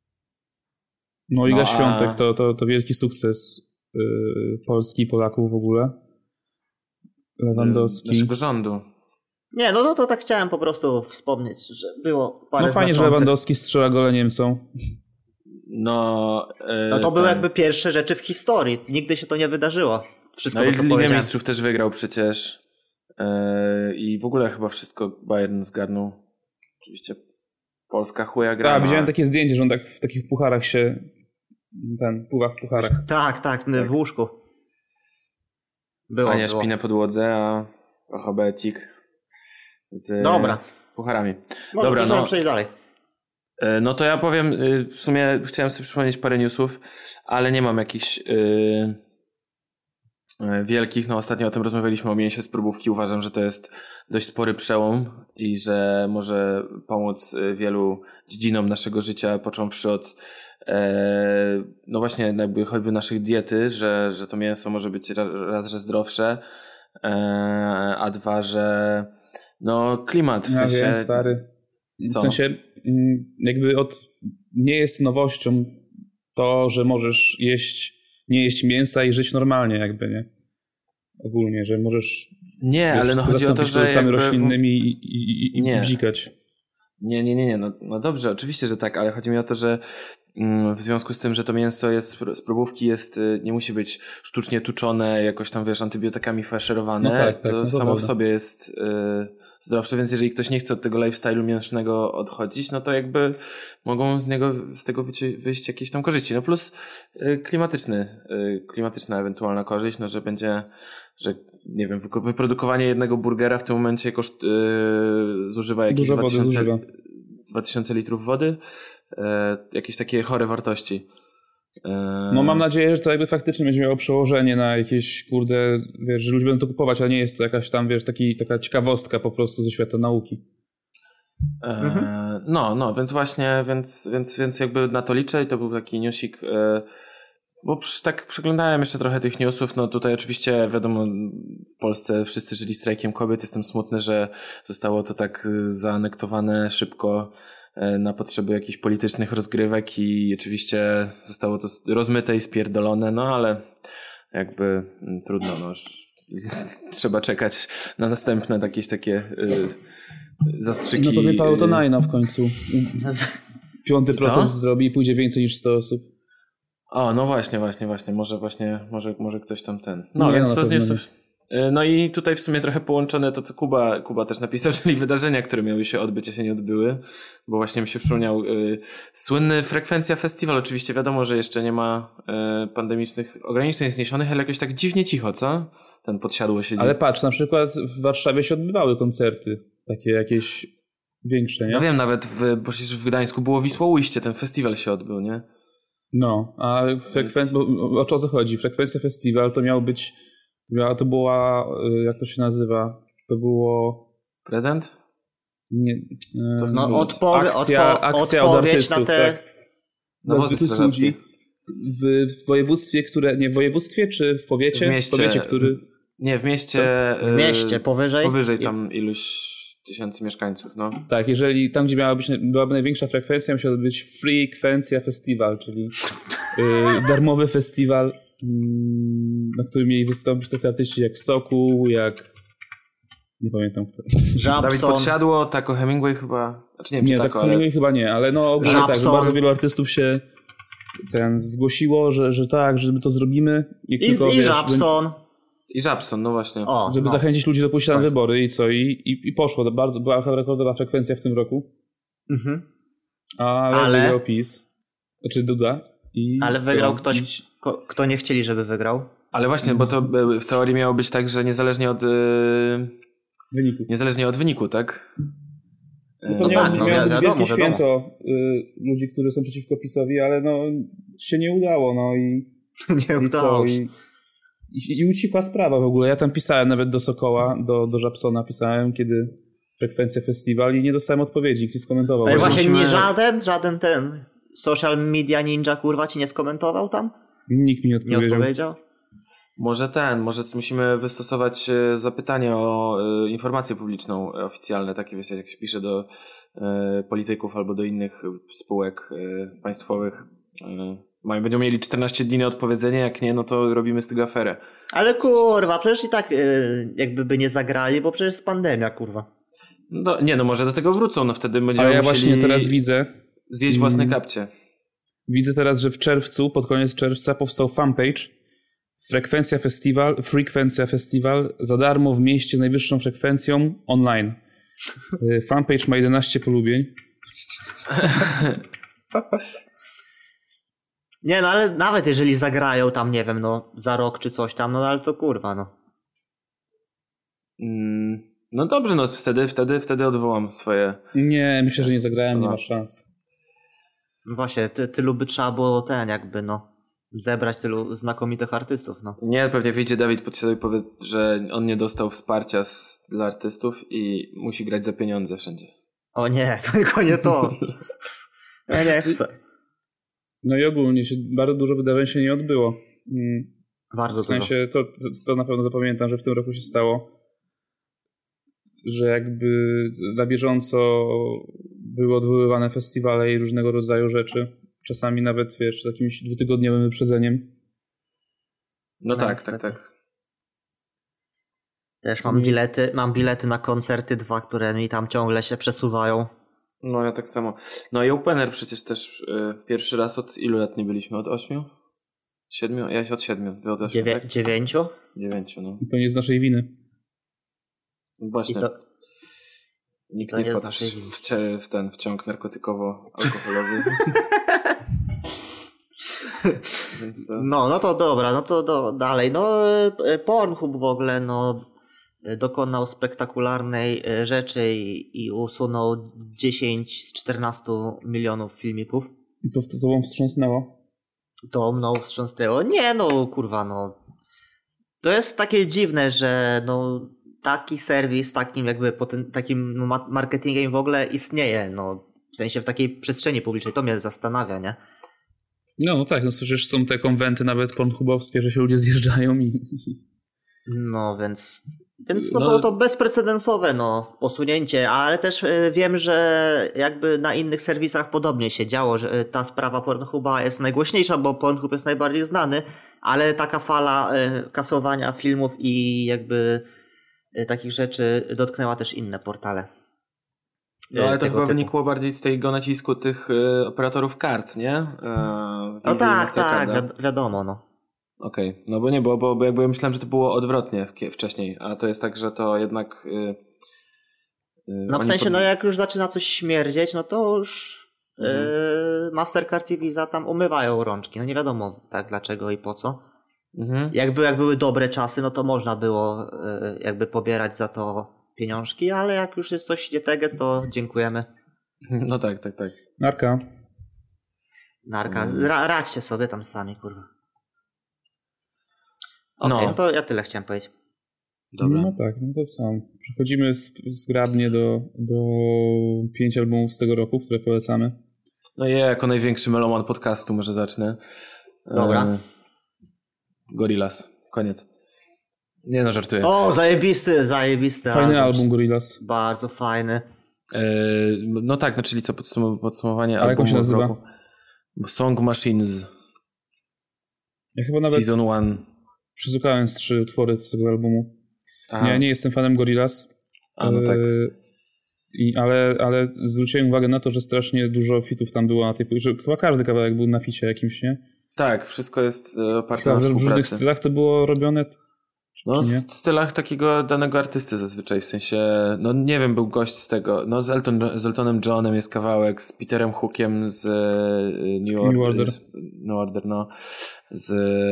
No Iga no, a... Świątek to, to, to wielki sukces yy, Polski i Polaków w ogóle. Lewandowski. Naszego rządu. Nie, no, no to tak chciałem po prostu wspomnieć, że było parę No fajnie, znaczących... że Lewandowski strzela gole Niemcom. No, yy, no to były ten... jakby pierwsze rzeczy w historii. Nigdy się to nie wydarzyło. Wszystko no to, i co Ligę powiedziałem. Mistrzów też wygrał przecież. Yy, I w ogóle chyba wszystko Bayern zgarnął. Oczywiście Polska chuja gra. A, widziałem takie zdjęcie, że on tak w takich pucharach się ten, pływa w pucharach. Tak, tak, tak. w łóżku. Było, Ania było. śpi na podłodze, a alfabecik z Dobra. pucharami. Może, Dobra, możemy no, przejść dalej. No to ja powiem, w sumie chciałem sobie przypomnieć parę newsów, ale nie mam jakichś yy, wielkich. No ostatnio o tym rozmawialiśmy, o mięsie z próbówki. Uważam, że to jest dość spory przełom i że może pomóc wielu dziedzinom naszego życia, począwszy od e, no właśnie jakby choćby naszych diety, że, że to mięso może być raz, raz że zdrowsze, e, a dwa, że no klimat w ja sensie... Wiem, stary. W Co? sensie jakby od nie jest nowością to, że możesz jeść, nie jeść mięsa i żyć normalnie jakby, nie? Ogólnie, że możesz nie, ale no chodzi o to, że produktami jakby... roślinnymi i, i, i nie. bzikać. Nie, nie, nie, nie. No, no dobrze, oczywiście, że tak, ale chodzi mi o to, że mm, w związku z tym, że to mięso jest z próbówki jest, nie musi być sztucznie tuczone, jakoś tam, wiesz, antybiotykami faszerowane, no tak, tak, to no to samo prawda. w sobie jest y, zdrowsze, więc jeżeli ktoś nie chce od tego lifestyle'u mięsnego odchodzić, no to jakby mogą z niego, z tego wyjść, wyjść jakieś tam korzyści. No plus y, klimatyczny, y, klimatyczna ewentualna korzyść, no że będzie, że nie wiem, wyprodukowanie jednego burgera w tym momencie koszt, yy, zużywa jakieś dwa tysiące litrów wody, yy, jakieś takie chore wartości. No mam nadzieję, że to jakby faktycznie będzie miało przełożenie na jakieś, kurde, wiesz, że ludzie będą to kupować, a nie jest to jakaś tam, wiesz, taki, taka ciekawostka po prostu ze świata nauki. Mhm. E, no, no, więc właśnie, więc, więc, więc jakby na to liczę i to był taki newsik, e, bo przy, tak przeglądałem jeszcze trochę tych newsów, no tutaj oczywiście wiadomo, w Polsce wszyscy żyli strajkiem kobiet, jestem smutny, że zostało to tak zaanektowane szybko na potrzeby jakichś politycznych rozgrywek i oczywiście zostało to rozmyte i spierdolone, no ale jakby m, trudno, no trzeba czekać na następne jakieś takie y, zastrzyki. No to wypalą to Najna w końcu. Piąty protest Co? zrobi i pójdzie więcej niż sto osób. O, no właśnie, właśnie, właśnie, może właśnie, może, może ktoś tam ten. No, nie, więc no, to z newsów. No i tutaj w sumie trochę połączone to, co Kuba, Kuba też napisał, czyli wydarzenia, które miały się odbyć, a się nie odbyły, bo właśnie mi się przypomniał y, słynny Frekwencja Festiwal. Oczywiście wiadomo, że jeszcze nie ma y, pandemicznych ograniczeń zniesionych, ale jakoś tak dziwnie cicho, co? Ten podsiadło siedzi. Ale patrz, na przykład w Warszawie się odbywały koncerty, takie jakieś większe, nie? No wiem, nawet w, bo przecież w Gdańsku było Wisłoujście, ten festiwal się odbył, nie? No, a frekwencja, Więc... bo o co chodzi? Frekwencja Festiwal to miał być Ja, to była, jak to się nazywa? To było... Prezent? Nie. To no odpowie, akcja, odpo, akcja odpowiedź od artystów, na te... tak. Na wozy strażackie. W, w województwie, które... Nie w województwie, czy w powiecie? W mieście. W powiecie, który... Nie, w mieście... W mieście, powyżej? Powyżej tam iluś tysięcy mieszkańców, no. Tak, jeżeli tam, gdzie miała być, byłaby największa frekwencja, musiał być Freakwencja Festiwal, czyli y, darmowy festiwal, na którym mieli wystąpić tacy artyści jak Sokół, jak... Nie pamiętam kto. Żabson. Dawid Podsiadło, Taco Hemingway chyba... Znaczy nie wiem, nie, czy Taco Hemingway ale... chyba nie, ale no ogólnie tak, że bardzo wielu artystów się ten zgłosiło, że, że tak, że my to zrobimy. I, tylko, i wiesz, Żabson. By... I Żabson, no właśnie. O, żeby no. zachęcić ludzi do pójścia na wybory i co, i, i, i poszło. Bardzo, była rekordowa frekwencja w tym roku. Mhm. Ale, ale... wygrał PiS. Znaczy Duda. I ale wygrał ktoś, i... kto nie chcieli, żeby wygrał. Ale właśnie, bo to w teorii miało być tak, że niezależnie od yy, wyniku. Niezależnie od wyniku, tak? No to no miało, tak, no miało wiadomo, wielkie święto y, ludzi, którzy są przeciwko PiS-owi, ale no się nie udało, no i nie i udało co, i, i, i ucichła sprawa w ogóle. Ja tam pisałem nawet do Sokoła, do, do Żabsona pisałem, kiedy frekwencja festiwal i nie dostałem odpowiedzi, ktoś skomentował. Ale właśnie musimy... nie żaden, żaden ten social media ninja kurwa ci nie skomentował tam? Nikt mi nie odpowiedział. Nie odpowiedział? Może ten, może musimy wystosować zapytanie o y, informację publiczną oficjalne, takie wiecie, jak się pisze do y, polityków albo do innych spółek y, państwowych. Y, mają, będą mieli czternaście dni na odpowiedzenie, jak nie, no to robimy z tego aferę. Ale kurwa, przecież i tak y, jakby by nie zagrali, bo przecież jest pandemia, kurwa. No, nie, no może do tego wrócą, no wtedy będziemy Ale ja właśnie teraz widzę zjeść własne kapcie. Widzę teraz, że w czerwcu, pod koniec czerwca powstał fanpage Frekwencja Festiwal, Frekwencja Festiwal za darmo w mieście z najwyższą frekwencją online. Fanpage ma jedenaście polubień. Nie, no ale nawet jeżeli zagrają tam, nie wiem, no za rok czy coś tam, no ale to kurwa, no. Mm, no dobrze, no wtedy, wtedy, wtedy odwołam swoje... Nie, myślę, że nie zagrałem, nie ma szans. No właśnie, ty, tylu by trzeba było ten jakby, no. Zebrać tylu znakomitych artystów, no. Nie, pewnie wyjdzie Dawid Podsiadło i powie, że on nie dostał wsparcia z, dla artystów i musi grać za pieniądze wszędzie. O nie, to tylko nie to. Ja nie chcę. No i ogólnie się, bardzo dużo wydarzeń się nie odbyło. Bardzo w sensie, dużo. To, to na pewno zapamiętam, że w tym roku się stało, że jakby na bieżąco były odwoływane festiwale i różnego rodzaju rzeczy. Czasami nawet, wiesz, z jakimś dwutygodniowym wyprzedzeniem. No, no tak, tak, tak. Też mam bilety, mam bilety na koncerty dwa, które mi tam ciągle się przesuwają. No ja tak samo. No i Opener przecież też y, pierwszy raz od ilu lat nie byliśmy? Od ośmiu? Siedmiu? Ja się od siedmiu. Wy od ośmiu, Dziewię- tak? Dziewięciu? Dziewięciu, no. I to nie z naszej winy. Właśnie. To... Nikt to nie, nie wpadł w, w, w ten wciąg narkotykowo-alkoholowy. Więc to... No, no to dobra, no to do, dalej. No Pornhub w ogóle no dokonał spektakularnej rzeczy i, i usunął z dziesięć z czternastu milionów filmików. I to w to tobą wstrząsnęło? domną, wstrząsnęło. Nie no, kurwa, no. To jest takie dziwne, że no taki serwis, takim jakby potem, takim marketingiem w ogóle istnieje, no. W sensie w takiej przestrzeni publicznej. To mnie zastanawia, nie? No, no tak, no przecież są te konwenty nawet pornhubowskie, że się ludzie zjeżdżają i... No, więc... Więc no, No, było to bezprecedensowe no, posunięcie, ale też y, wiem, że jakby na innych serwisach podobnie się działo, że y, ta sprawa Pornhuba jest najgłośniejsza, bo Pornhub jest najbardziej znany, ale taka fala y, kasowania filmów i jakby y, takich rzeczy dotknęła też inne portale. No ale to tego chyba typu. wynikło bardziej z tego nacisku tych y, operatorów kart, nie? Y, No tak, tak, wi- wiadomo, no. Okej, okay. No bo nie, bo, bo, bo jakby ja myślałem, że to było odwrotnie wcześniej, a to jest tak, że to jednak... Yy, yy, no w sensie, pod... no jak już zaczyna coś śmierdzieć, no to już mhm. yy, Mastercard i Visa tam umywają rączki, no nie wiadomo tak dlaczego i po co. Mhm. Jak, by, jak były dobre czasy, no to można było yy, jakby pobierać za to pieniążki, ale jak już jest coś nie teges, to dziękujemy. No tak, tak, tak. Narka. Narka, Ra- radźcie sobie tam sami, kurwa. Okej, okay, no. no to ja tyle chciałem powiedzieć. Dobra. No tak, no to co? Przechodzimy zgrabnie do, do pięć albumów z tego roku, które polecamy. No ja jako największy meloman podcastu może zacznę. Dobra. E... Gorillaz. Koniec. Nie no, żartuję. O, zajebisty, zajebisty Fajny album, album Gorillaz. Bardzo fajny. E... No tak, no czyli co podsum- podsumowanie albumu. A jak on się nazywa? Roku. Song Machines. Ja chyba nawet... Season one. Przesłuchałem z trzy utwory z tego albumu. Aha. Nie, nie jestem fanem Gorillaz. A, no tak. I, ale, ale zwróciłem uwagę na to, że strasznie dużo fitów tam było na tej że chyba każdy kawałek był na ficie jakimś, nie? Tak, wszystko jest oparte tak, na współpracy. W różnych stylach to było robione. No, w stylach takiego danego artysty zazwyczaj, w sensie, no nie wiem, był gość z tego, no z, Elton, z Eltonem Johnem jest kawałek, z Peterem Hookiem z New Order, New Order, z, New Order no, z,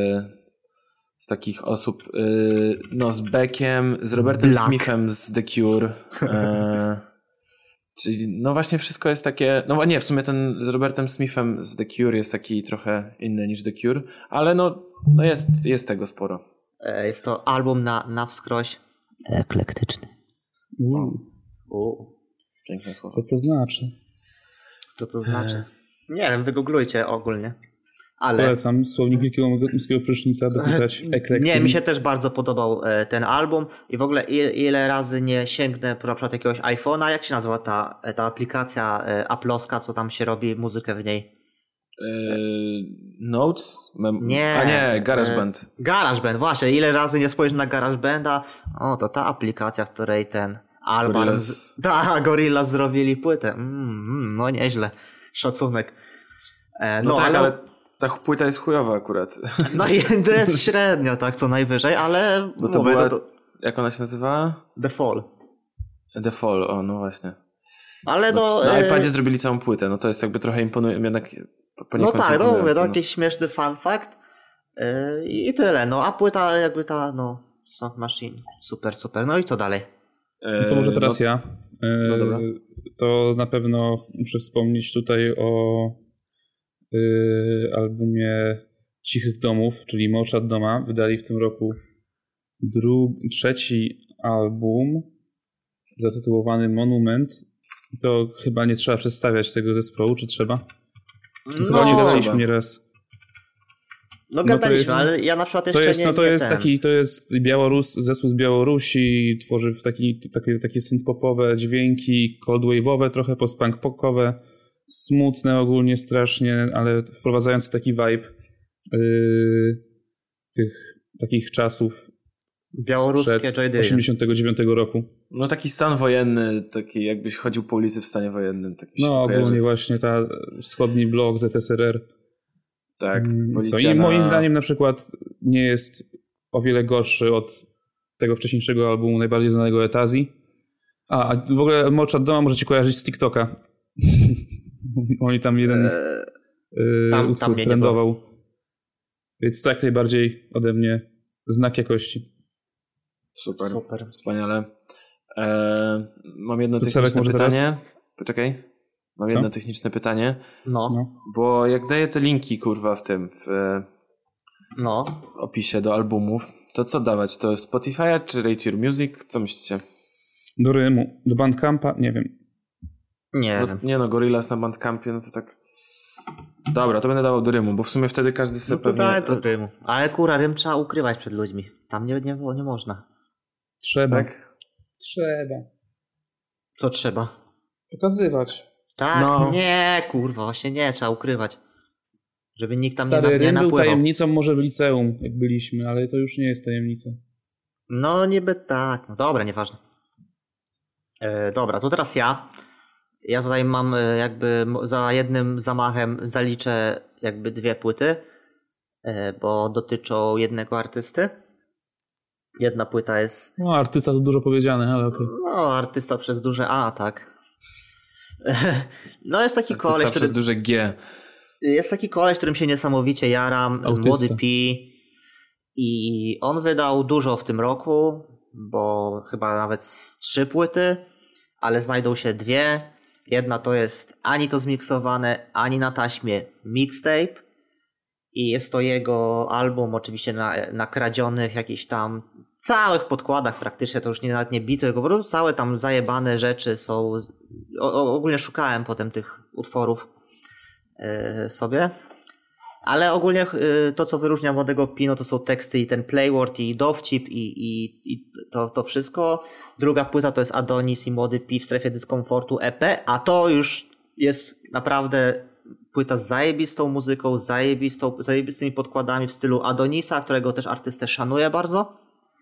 z takich osób, yy, no z Beckiem, z Robertem Black. Smithem z The Cure, yy, czyli no właśnie wszystko jest takie, no nie, w sumie ten z Robertem Smithem z The Cure jest taki trochę inny niż The Cure, ale no, no jest, jest tego sporo. Jest to album na, na wskroś eklektyczny. Wow. U. Piękne słowo. Co to znaczy? Co to znaczy? E... Nie wiem, wygooglujcie ogólnie. Ale... Polecam słownik wielkiego męskiego prysznica dopisać eklektyzm. Nie, mi się też bardzo podobał ten album i w ogóle ile, ile razy nie sięgnę po na przykład jakiegoś iPhone'a, jak się nazywa ta, ta aplikacja Apple'owska, co tam się robi, muzykę w niej? Yy, Notes? Mem- nie. A nie, GarageBand. Yy, GarageBand, właśnie. Ile razy nie spojrzę na GarageBanda? O, to ta aplikacja, w której ten Alban... Z... Ta, Gorillaz zrobili płytę. Mm, mm, no nieźle. Szacunek. E, no, no tak, ale... ale ta płyta jest chujowa akurat. No i to jest średnio, tak, co najwyżej, ale bo to mówię... Była... To, to... Jak ona się nazywa? The Fall. The Fall, o, no właśnie. Ale no... no na e... iPadzie zrobili całą płytę, no to jest jakby trochę imponuje, jednak... No tak, no mówię, to jakiś śmieszny fun fact yy, i tyle, no a płyta jakby ta, no Song Machine, super, super, no i co dalej? No to może teraz no, ja. Yy, no dobra. To na pewno muszę wspomnieć tutaj o yy, albumie Cichych Domów, czyli Moczad Doma. Wydali w tym roku dru- trzeci album zatytułowany Monument. To chyba nie trzeba przedstawiać tego zespołu, czy trzeba? No, nie gadaliśmy nieraz. No gadaliśmy, no ale ja na przykład jeszcze to jest, nie, no to nie jest ten. taki, to jest Białorus, zespół z Białorusi, tworzy taki, takie, takie synth-popowe dźwięki, cold wave'owe, trochę post-punk-pokowe, smutne ogólnie strasznie, ale wprowadzając taki vibe yy, tych takich czasów białoruskie sprzed osiemdziesiątego dziewiątego roku. No taki stan wojenny, taki jakbyś chodził po ulicy w stanie wojennym. Tak no ogólnie z... właśnie ta wschodni blok Z S R R. Tak. Co i na... moim zdaniem na przykład nie jest o wiele gorszy od tego wcześniejszego albumu najbardziej znanego Etazji. A, a w ogóle Moczad Doma możecie kojarzyć z TikToka. Oni tam jeden eee, yy, tam, utwór tam trendował. Więc tak najbardziej ode mnie znak jakości. Super, Super. Wspaniale. Eee, mam jedno to techniczne pytanie. teraz? Poczekaj. Mam Co? jedno techniczne pytanie. No, No. Bo jak daję te linki, kurwa, w tym, w no. opisie do albumów, to co dawać? To Spotify czy Rate Your Music? Co myślicie? Do Rymu, do Bandcampa, nie wiem. Nie No, wiem. nie no, Gorillaz na Bandcampie, no to tak... Dobra, to będę dawał do Rymu, bo w sumie wtedy każdy No sobie to pewnie... daj do Rymu. Ale kurwa, Rym trzeba ukrywać przed ludźmi. Tam nie, nie, nie można. Trzeba. Tak? Trzeba. Co trzeba? Pokazywać. Tak, No. nie, kurwa, właśnie nie, trzeba ukrywać. Żeby nikt tam Stary nie, na, nie Rym był napływał. tajemnicą może w liceum, jak byliśmy, ale to już nie jest tajemnica. No niby tak, no dobra, nieważne. E, dobra, to teraz ja. Ja tutaj mam e, jakby m- za jednym zamachem zaliczę jakby dwie płyty, e, bo dotyczą jednego artysty. Jedna płyta jest... No, artysta to dużo powiedziane, ale okej. No, artysta przez duże A, tak. No jest taki Artysta koleś, przez który... duże G. Jest taki koleś, którym się niesamowicie jaram, Autysta. młody P. I on wydał dużo w tym roku, bo chyba nawet z trzy płyty, ale znajdą się dwie. Jedna to jest ani to zmiksowane, ani na taśmie mixtape. I jest to jego album oczywiście na, na kradzionych jakichś tam całych podkładach praktycznie, to już nie, nawet nie bity, tylko po prostu całe tam zajebane rzeczy są. O, o, ogólnie szukałem potem tych utworów yy, sobie. Ale ogólnie yy, to, co wyróżnia młodego Pino, to są teksty i ten playword i dowcip i, i, i to, to wszystko. Druga płyta to jest Adonis i młody Pi w strefie dyskomfortu E P, a to już jest naprawdę płyta z zajebistą muzyką, z zajebistą, zajebistymi podkładami w stylu Adonisa, którego też artystę szanuję bardzo.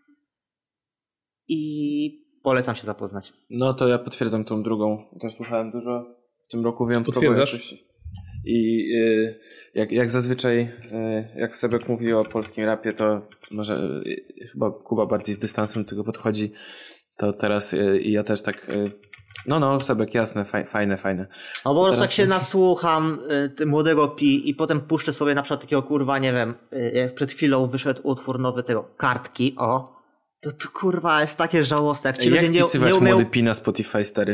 I polecam się zapoznać. No to ja potwierdzam tą drugą. Też słuchałem dużo w tym roku wyjątkowo. Potwierdzasz? Jakoś. I y, jak, jak zazwyczaj, y, jak Sebek mówi o polskim rapie, to może y, chyba Kuba bardziej z dystansem do tego podchodzi. To teraz y, i ja też tak... Y, no, no, Sebek, jasne, faj, fajne, fajne. No po prostu Teraz jak się jest- nasłucham y, młodego Pi i potem puszczę sobie na przykład takiego kurwa, nie wiem, y, jak przed chwilą wyszedł utwór nowy tego Kartki, o, to to kurwa jest takie żałosne, jak ci Jak ludzie nie, wpisywać nie umieją... młody Pi na Spotify, stary?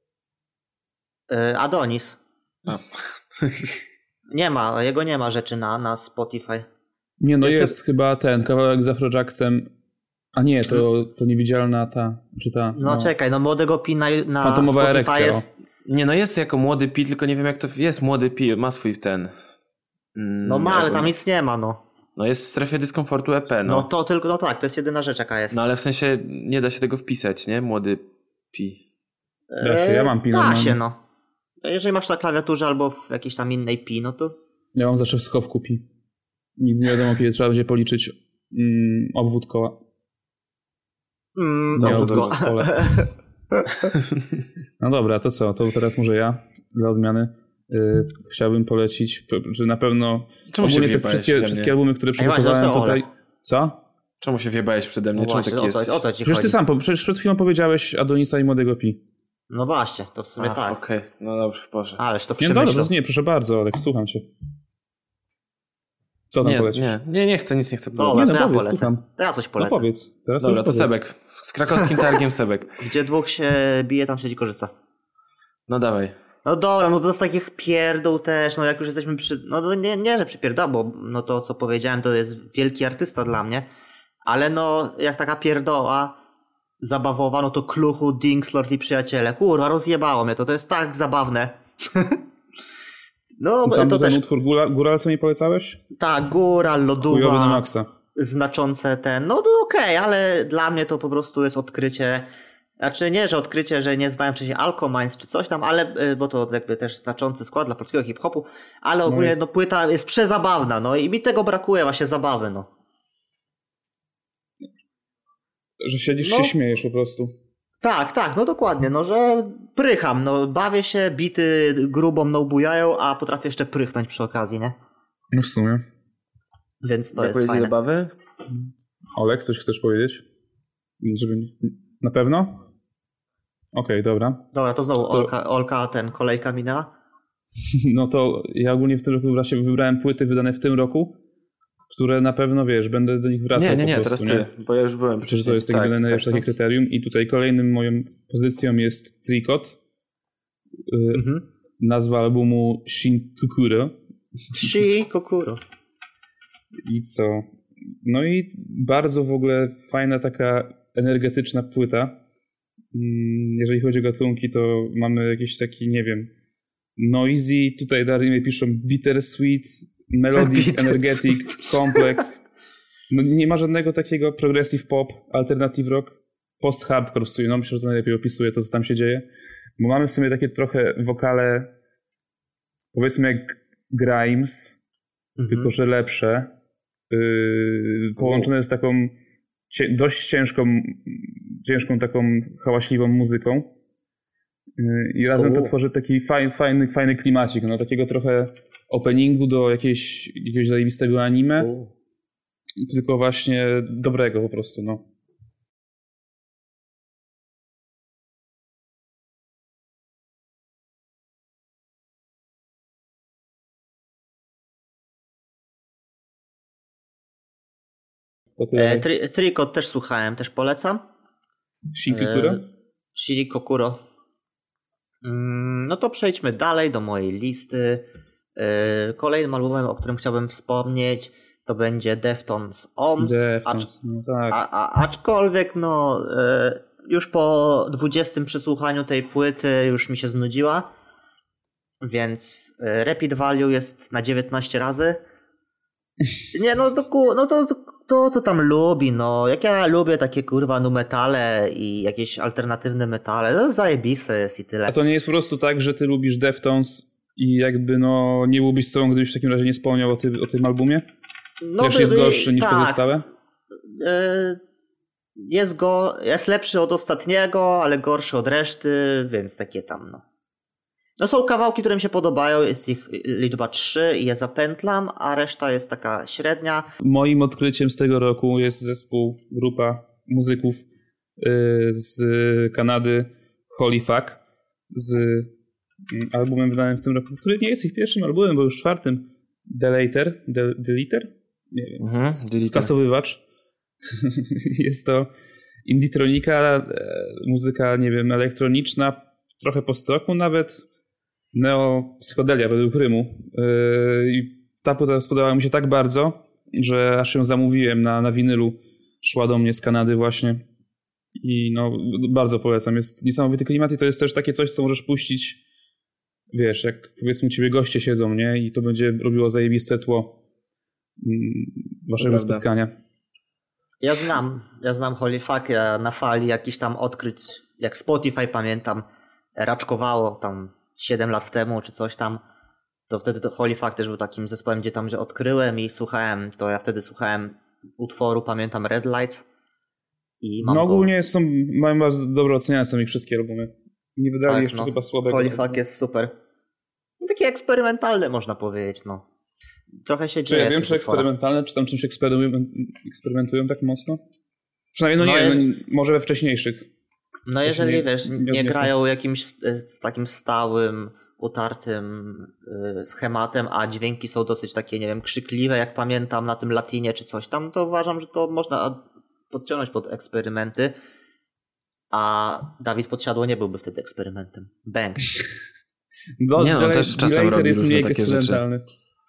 Y, Adonis. A. Nie ma, jego nie ma rzeczy na, na Spotify. Nie, no Jest- jest, chyba ten kawałek z Afrojacksem. A nie, to, to niewidzialna ta, czy ta. No, czekaj, no młodego Pi na, na Fantomowa Spotify erekcja, jest... Nie, no jest jako młody Pi, tylko nie wiem jak to jest. Młody Pi, ma swój ten... Mm, No ma, ale jakby- tam nic nie ma, no. No jest w strefie dyskomfortu E P, No no. to tylko, no tak, to jest jedyna rzecz jaka jest. No ale w sensie nie da się tego wpisać, nie? Młody Pi. Da się, ja mam Pi Da normalnie. się, no. Jeżeli masz na klawiaturze albo w jakiejś tam innej Pi, no to... Ja mam zawsze w schowku Pi. Nigdy nie wiadomo, kiedy trzeba będzie policzyć mm, obwód koła. Mm, Nie, dobrze obwód było. pola. No dobra, to co? To teraz może ja, dla odmiany, yy, chciałbym polecić, p- że na pewno Czemu się ogólnie te wjebałeś wszystkie, przede mnie? wszystkie albumy, które Ej, właśnie, przygotowałem to tutaj... Olek. Co? Czemu się wjebałeś przede mnie? No Czemu właśnie, taki o co, jesteś? o co ci Przecież ty chodzi? sam, po- przecież przed chwilą powiedziałeś Adonisa i Młodego Pi. No właśnie, to w sumie A, tak. okej, no dobrze, Boże. Ależ to Nie, no dobra, przemyślał. to nie, proszę bardzo, Olek, słucham cię. Co tam Nie, polecisz? nie, nie, nie chcę, nic nie chcę Dobra, powiedzieć. Nie, to no ja powiedz, polecę. słucham. To ja coś No polecę. powiedz, teraz Dobra, już to powiedz. Sebek. Z krakowskim targiem Sebek. Gdzie dwóch się bije, tam siedzi korzysta. No dawaj. No dobra, no to z takich pierdół też, no jak już jesteśmy przy... No to nie, nie że przypierdol, bo no to co powiedziałem to jest wielki artysta dla mnie, ale no jak taka pierdoła zabawowa, no to Kluchu, Dingslord i Przyjaciele. Kurwa, rozjebało mnie to, to jest tak zabawne. No Tam to ten też, utwór Góra, Góral, co mi polecałeś? ta góra, Chujowy na lodowa, maksa. znaczące ten, no to okej, ale dla mnie to po prostu jest odkrycie. Znaczy nie, że odkrycie, że nie znałem wcześniej Alchemines czy coś tam, ale, y, bo to jakby też znaczący skład dla polskiego hip-hopu, ale ogólnie jest. no płyta jest przezabawna, no i mi tego brakuje, właśnie zabawy, no. Że siedzisz, No. się śmiejesz po prostu. Tak, tak, no dokładnie, no że prycham, no bawię się, bity grubą mną bujają, a potrafię jeszcze prychnąć przy okazji, nie? No w sumie. Więc to Jak jest powiedzieć fajne. zabawy? Olek, coś chcesz powiedzieć? Żeby... Na pewno? Okej, dobra. Dobra, to znowu To- Olka, Olka, ten kolejka minęła. No to ja ogólnie w tym roku właśnie wybrałem płyty wydane w tym roku, które na pewno, wiesz, będę do nich wracał Nie, nie, nie, po prostu, teraz ty, bo ja już byłem Przecież to jest tak, tak, tak, tak, takie no. kryterium i tutaj kolejnym moją pozycją jest Tricot. Y, Mhm. nazwa albumu Shin Kokuro. Shin Kokuro. I co? No i bardzo w ogóle fajna taka energetyczna płyta. Jeżeli chodzi o gatunki, to mamy jakiś taki, nie wiem, noisy, tutaj dalej piszą bittersweet, melodic, Bitter energetic, sweet. complex. No nie ma żadnego takiego progressive pop, alternative rock, post-hardcore w sumie. No myślę, że to najlepiej opisuje to, co tam się dzieje. Bo mamy w sumie takie trochę wokale, powiedzmy jak Grimes, Mhm. tylko że lepsze. Yy, połączone z taką cie, dość ciężką, ciężką taką hałaśliwą muzyką. Yy, I razem to U. tworzy taki faj, fajny, fajny klimacik. No, takiego trochę openingu do jakiegoś, jakiegoś zajebistego anime. U. Tylko właśnie dobrego po prostu, no. To tyle. E, tri- Tricot też słuchałem, też polecam. Shinkikura? E, Shin Kokuro. Mm, no to przejdźmy dalej do mojej listy. E, kolejnym albumem, o którym chciałbym wspomnieć, to będzie Deftones Oms. Deftones, no tak. A, a, aczkolwiek no e, już po dwudziestym przesłuchaniu tej płyty już mi się znudziła, więc e, Repeat Value jest na dziewiętnaście razy. Nie no, to, ku- no to, to co tam lubi, no jak ja lubię takie kurwa nu metale i jakieś alternatywne metale, to zajebiste jest i tyle. A to nie jest po prostu tak, że ty lubisz Deftones i jakby no nie byłbyś sobą, gdybyś w takim razie nie wspomniał o, ty, o tym albumie? No, Też jest by- gorszy niż tak. pozostałe? E, Jest go, jest lepszy od ostatniego, ale gorszy od reszty, więc takie tam, no. No są kawałki, które mi się podobają, jest ich liczba trzy i je zapętlam, a reszta jest taka średnia. Moim odkryciem z tego roku jest zespół, grupa muzyków yy, z Kanady, Holy Fuck, z mm, albumem wydanym w tym roku, który nie jest ich pierwszym albumem, bo już czwartym, Deleter, De- Deliter? Nie wiem, Mhm, skasowywacz. Jest to indie-tronika, e, muzyka, nie wiem, elektroniczna, trochę post-rocku nawet, neo-psychodelia według Rymu. Yy, I ta płyta spodobała mi się tak bardzo, że aż ją zamówiłem na, na winylu. Szła do mnie z Kanady właśnie. I no, bardzo polecam. Jest niesamowity klimat i to jest też takie coś, co możesz puścić, wiesz, jak powiedzmy u ciebie goście siedzą, nie? I to będzie robiło zajebiste tło mm, waszego Prawda. spotkania. Ja znam, ja znam Holy Fuck, ja na fali jakiś tam odkryć, jak Spotify pamiętam, raczkowało tam siedem lat temu czy coś tam, to wtedy to Holy Fuck też był takim zespołem, gdzie tam, że odkryłem i słuchałem, to ja wtedy słuchałem utworu, pamiętam Red Lights i mam No go- ogólnie są, mają bardzo dobre oceniane są ich wszystkie albumy. Nie wydali Tak, jeszcze no. chyba słabego. Holy Fuck jest super. No, takie eksperymentalne można powiedzieć, no. Trochę się Czy dzieje ja w wiem, tych czy utworach. eksperymentalne, czy tam czymś eksperymentują, eksperymentują tak mocno? Przynajmniej, no No nie jest- wiem, no, może we wcześniejszych. No jeżeli, nie- wiesz, nie nie, odniosę. grają jakimś s- z takim stałym, utartym y, schematem, a dźwięki są dosyć takie, nie wiem, krzykliwe, jak pamiętam na tym latinie czy coś tam, to uważam, że to można podciągnąć pod eksperymenty, a Dawid Podsiadło nie byłby wtedy eksperymentem. Bang. No, Nie no, Delay- też czasem Delater robi jest różne mniej takie rzeczy. eksperymentalny.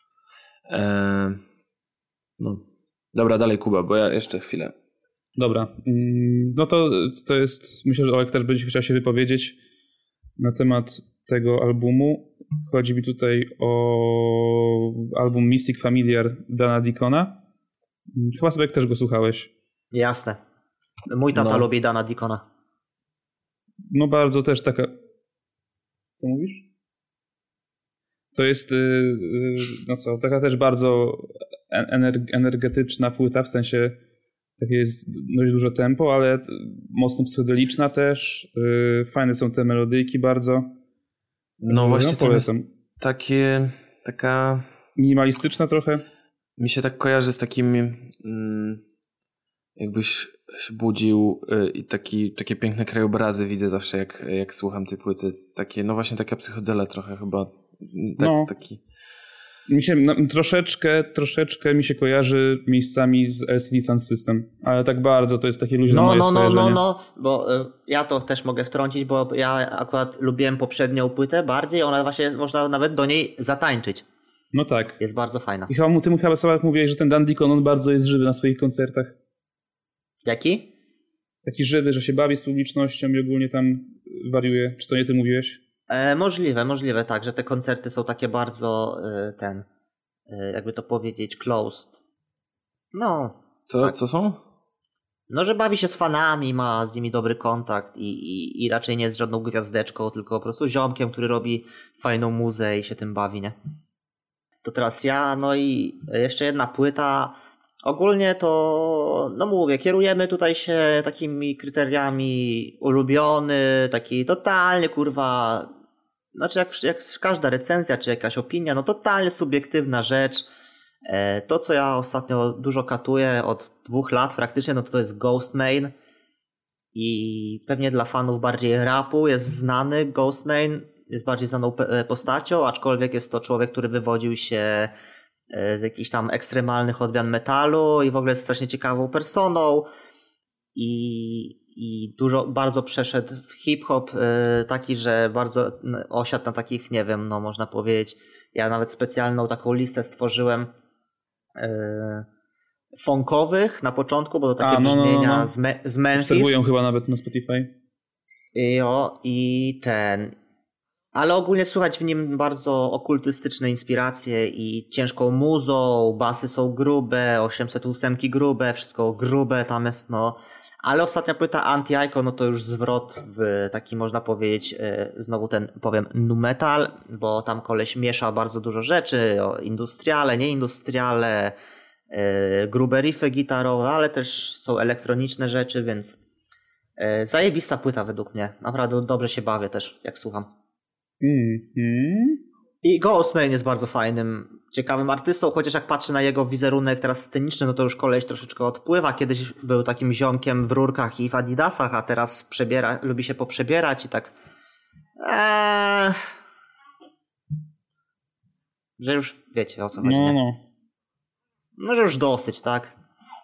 Eee, no. Dobra, dalej Kuba, bo ja jeszcze chwilę. Dobra, mm, no to, to jest, myślę, że Olek też będzie chciał się wypowiedzieć na temat tego albumu. Chodzi mi tutaj o album Mystic Familiar Dana Deacona. Chyba sobie też go słuchałeś. Jasne. Mój tata No. lubi Dana Deacona. No bardzo też taka... Co mówisz? To jest, yy, yy, no co, taka też bardzo ener- energetyczna płyta, w sensie takie jest dość dużo tempo, ale mocno psychodeliczna też. Yy, fajne są te melodyjki bardzo. No właśnie to jest polecam. takie, taka... Minimalistyczna trochę. Mi się tak kojarzy z takim, mm, jakbyś się budził y, i taki, takie piękne krajobrazy widzę zawsze, jak, jak słucham tej płyty. Takie, no właśnie taka psychodela trochę chyba. Tak, No. taki... Mi się, no, troszeczkę, troszeczkę mi się kojarzy miejscami z L C D Sound System, ale tak bardzo, to jest takie luźne no, moje no, no, skojarzenie. No, no, no, bo y, ja to też mogę wtrącić, bo ja akurat lubiłem poprzednią płytę bardziej, ona właśnie, można nawet do niej zatańczyć. No tak. Jest bardzo fajna. I chyba ty mu chyba sama mówiłeś, że ten Dan Deacon, on bardzo jest żywy na swoich koncertach. Jaki? Taki żywy, że się bawi z publicznością i ogólnie tam wariuje. Czy to nie ty mówiłeś? E, możliwe, możliwe, tak, że te koncerty są takie bardzo y, ten, y, jakby to powiedzieć, closed. No. Co, tak. co są? No, że bawi się z fanami, ma z nimi dobry kontakt i, i, i raczej nie jest żadną gwiazdeczką, tylko po prostu ziomkiem, który robi fajną muzę i się tym bawi, nie? To teraz ja, no i jeszcze jedna płyta. Ogólnie to, no mówię, kierujemy tutaj się takimi kryteriami ulubiony, taki totalnie, kurwa, znaczy jak, jak każda recenzja czy jakaś opinia, no totalnie subiektywna rzecz. To, co ja ostatnio dużo katuję od dwóch lat praktycznie, no to to jest Ghostemane i pewnie dla fanów bardziej rapu jest znany Ghostemane, jest bardziej znaną postacią, aczkolwiek jest to człowiek, który wywodził się z jakichś tam ekstremalnych odmian metalu i w ogóle jest strasznie ciekawą personą i, i dużo, bardzo przeszedł w hip-hop taki, że bardzo osiadł na takich, nie wiem, no można powiedzieć, ja nawet specjalną taką listę stworzyłem funkowych na początku, bo to takie A, no, brzmienia no, no. z, Me- z Memphis. Obserwują chyba nawet na Spotify. I, o, i ten... Ale ogólnie słychać w nim bardzo okultystyczne inspiracje i ciężką muzą, basy są grube, osiemset osiem grube, wszystko grube tam jest, no. Ale ostatnia płyta Anti-Icon, no to już zwrot w taki, można powiedzieć, znowu ten, powiem, nu metal, bo tam koleś miesza bardzo dużo rzeczy, industriale, nieindustriale, grube riffy gitarowe, ale też są elektroniczne rzeczy, więc zajebista płyta według mnie. Naprawdę dobrze się bawię też, jak słucham. Mm-hmm. I Ghostemane jest bardzo fajnym, ciekawym artystą, chociaż jak patrzę na jego wizerunek teraz sceniczny, no to już koleś troszeczkę odpływa. Kiedyś był takim ziomkiem w rurkach i w adidasach, a teraz przebiera, lubi się poprzebierać i tak... Eee... Że już wiecie, o co chodzi. No, nie? no. No, że już dosyć, tak?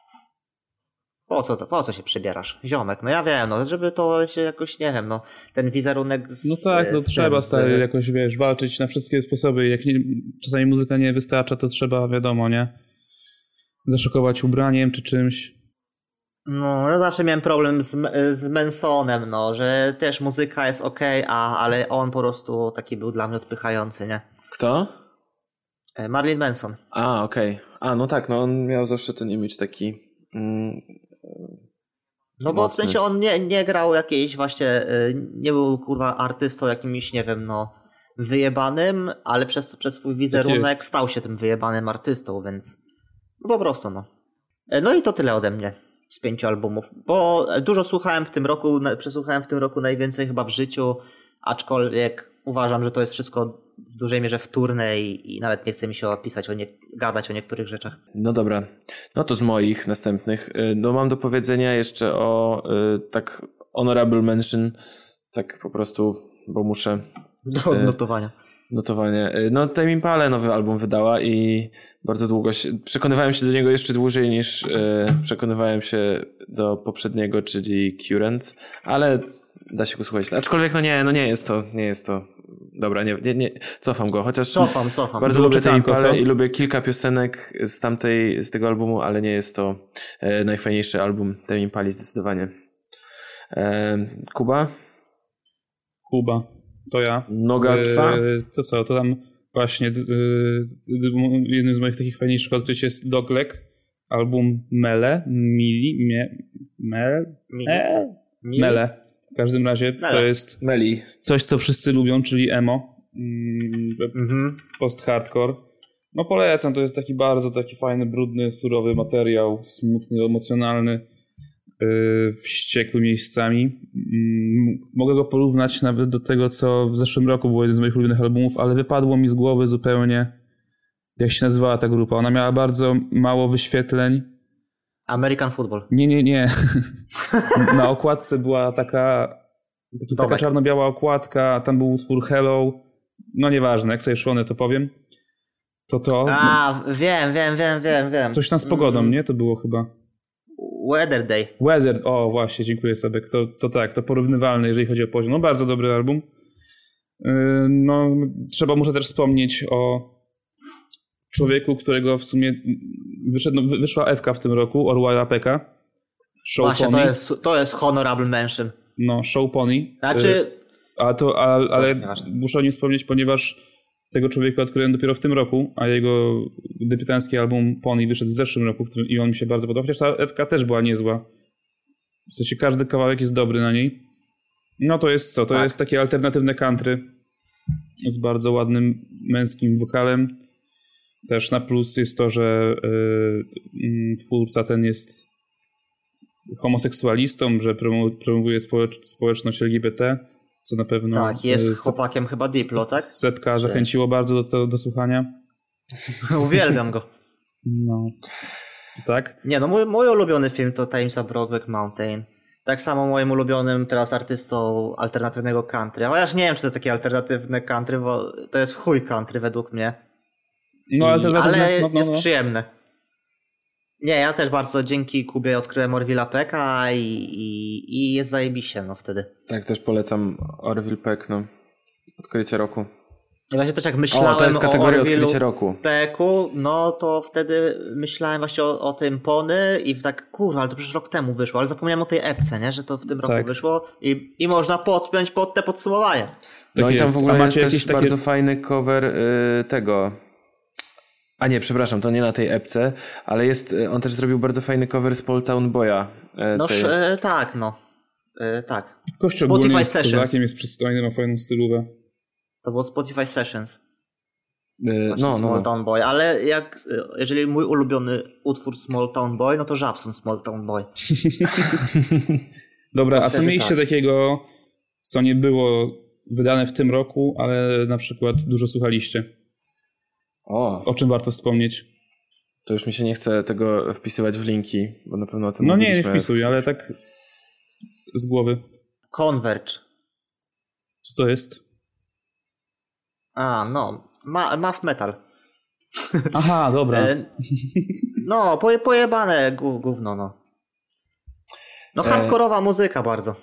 Po co, to, po co się przebierasz? Ziomek, no ja wiem, no żeby to się jakoś, nie wiem, no ten wizerunek z, No tak, no z, trzeba z, stary z... jakoś, wiesz, walczyć na wszystkie sposoby. Jak nie, czasami muzyka nie wystarcza, to trzeba, wiadomo, nie? Zaszokować ubraniem czy czymś. No, ja zawsze miałem problem z, z Mansonem, no, że też muzyka jest okej, okay, a ale on po prostu taki był dla mnie odpychający, nie? Kto? Marilyn Manson. A, okej. Okay. A, no tak, no on miał zawsze ten image taki... Mm, no bo mocny. w sensie on nie, nie grał jakiejś właśnie, nie był kurwa artystą jakimś, nie wiem, no wyjebanym, ale przez, przez swój wizerunek tak stał się tym wyjebanym artystą, więc no po prostu no. No i to tyle ode mnie z pięciu albumów, bo dużo słuchałem w tym roku, przesłuchałem w tym roku najwięcej chyba w życiu, aczkolwiek uważam, że to jest wszystko w dużej mierze wtórne i, i nawet nie chce mi się opisać, o nie, gadać o niektórych rzeczach. No dobra, no to z moich następnych, no mam do powiedzenia jeszcze o tak honorable mention, tak po prostu, bo muszę... Do odnotowania. Notowanie. No Tame Impala nowy album wydała i bardzo długo się, przekonywałem się do niego jeszcze dłużej niż e, przekonywałem się do poprzedniego, czyli Currents, ale da się go słuchać. Aczkolwiek no nie, no nie jest to, nie jest to, dobra, nie, nie, nie cofam go, chociaż cofam, cofam. bardzo lubię Tame Impalę co? i lubię kilka piosenek z tamtej, z tego albumu, ale nie jest to e, najfajniejszy album Tame Impali zdecydowanie. E, Kuba? Kuba. To ja. Noga psa? Yy, to co, to tam właśnie yy, jednym z moich takich fajniejszych odkryć jest Dogleg, album Mele, Mili, Mie, Mel, Mili? E? Mele. W każdym razie Mele. to jest Meli. coś, co wszyscy lubią, czyli emo, Mhm. post-hardcore. No polecam, to jest taki bardzo taki fajny, brudny, surowy materiał, smutny, emocjonalny, wściekły miejscami. Mogę go porównać nawet do tego, co w zeszłym roku było jeden z moich ulubionych albumów, ale wypadło mi z głowy zupełnie, jak się nazywała ta grupa. Ona miała bardzo mało wyświetleń. American Football. Nie, nie, nie. Na okładce była taka, taki, taka czarno-biała okładka, tam był utwór Hello. No nieważne, jak sobie szłony to powiem. To to... A, no. wiem, wiem, wiem, wiem, wiem. Coś tam z pogodą, mm. nie? To było chyba... Weather Day. Weather, o właśnie, dziękuję sobie. To, to tak, to porównywalne, jeżeli chodzi o poziom. No bardzo dobry album. No, trzeba może też wspomnieć o człowieku, którego w sumie wyszedł, no, wyszła ewka w tym roku, Orwella Pecka. Show Właśnie, Pony. to jest, to jest honorable mention. No, Show Pony. Znaczy... A to, a, ale no, muszę o nim wspomnieć, ponieważ tego człowieka odkryłem dopiero w tym roku, a jego debiutancki album Pony wyszedł w zeszłym roku i on mi się bardzo podobał, chociaż ta epka też była niezła. W sensie każdy kawałek jest dobry na niej. No to jest co? To tak. jest takie alternatywne country z bardzo ładnym męskim wokalem. Też na plus jest to, że yy, twórca ten jest homoseksualistą, że promuje społecz- społeczność L G B T, co na pewno... Tak, jest yy, chłopakiem chyba Diplo, tak? Sepka zachęciło bardzo do, do, do słuchania. Uwielbiam go. No, tak? Nie, no mój, mój ulubiony film to Tajemnica Brokeback Mountain. Tak samo moim ulubionym teraz artystą alternatywnego country. Chociaż nie wiem, czy to jest takie alternatywne country, bo to jest chuj country według mnie. No, I, ale no, no, jest no. przyjemne. Nie, ja też bardzo dzięki Kubie odkryłem Orville'a Pecka i, i, i jest zajebiście, no wtedy. Tak, też polecam Orville Peck, no. Odkrycie roku. I właśnie też jak myślałem o, to jest kategoria o odkrycie roku. Pecku, no to wtedy myślałem właśnie o, o tym Pony i tak, kurwa, ale to przecież rok temu wyszło, ale zapomniałem o tej epce, nie, że to w tym roku tak. wyszło i, i można podpiąć pod te podsumowanie. No tak i tam jest. w ogóle jest też takie... bardzo fajny cover y, tego... A nie, przepraszam, to nie na tej epce, ale jest, on też zrobił bardzo fajny cover Small Town Boya. Y, no tej... e, tak, no. E, tak. Kościół Spotify jest Sessions. kozakiem, jest przystojny, ma fajną stylówę. To było Spotify Sessions. Yy, no, Small no. Town Boy, ale jak, jeżeli mój ulubiony utwór Small Town Boy, no to Żabson Small Town Boy. Dobra, to a co mieliście tak. takiego, co nie było wydane w tym roku, ale na przykład dużo słuchaliście? O, o czym warto wspomnieć? To już mi się nie chce tego wpisywać w linki, bo na pewno o tym No mówiliśmy. nie, nie wpisuj, ale tak z głowy. Converge. Co to jest? A, no, Ma- Math Metal. Aha, dobra. No, poje, pojebane gówno, no. No hardkorowa e... muzyka bardzo.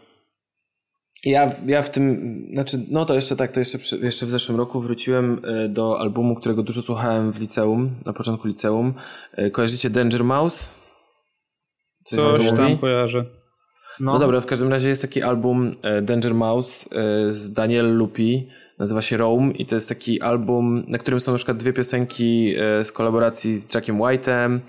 Ja, ja w tym, znaczy, no to jeszcze tak, to jeszcze, przy, jeszcze w zeszłym roku wróciłem do albumu, którego dużo słuchałem w liceum, na początku liceum. Kojarzycie Danger Mouse? Coś, Coś tam kojarzę. No. no dobra, w każdym razie jest taki album Danger Mouse z Daniel Lupi, nazywa się Rome i to jest taki album, na którym są na przykład dwie piosenki z kolaboracji z Jackiem White'em,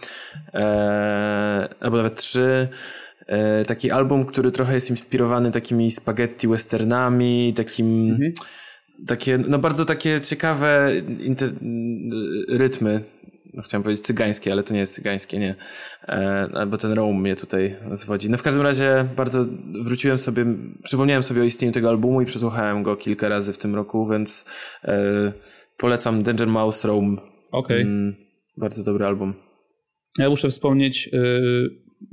albo nawet trzy. Taki album, który trochę jest inspirowany takimi spaghetti westernami, takim mhm. takie, no bardzo takie ciekawe inter, rytmy. No, chciałem powiedzieć cygańskie, ale to nie jest cygańskie, nie. E, albo ten Rome mnie tutaj zwodzi. No w każdym razie bardzo wróciłem sobie, przypomniałem sobie o istnieniu tego albumu i przesłuchałem go kilka razy w tym roku, więc e, polecam Danger Mouse Rome. Okej. Okay. Mm, bardzo dobry album. Ja muszę wspomnieć yy,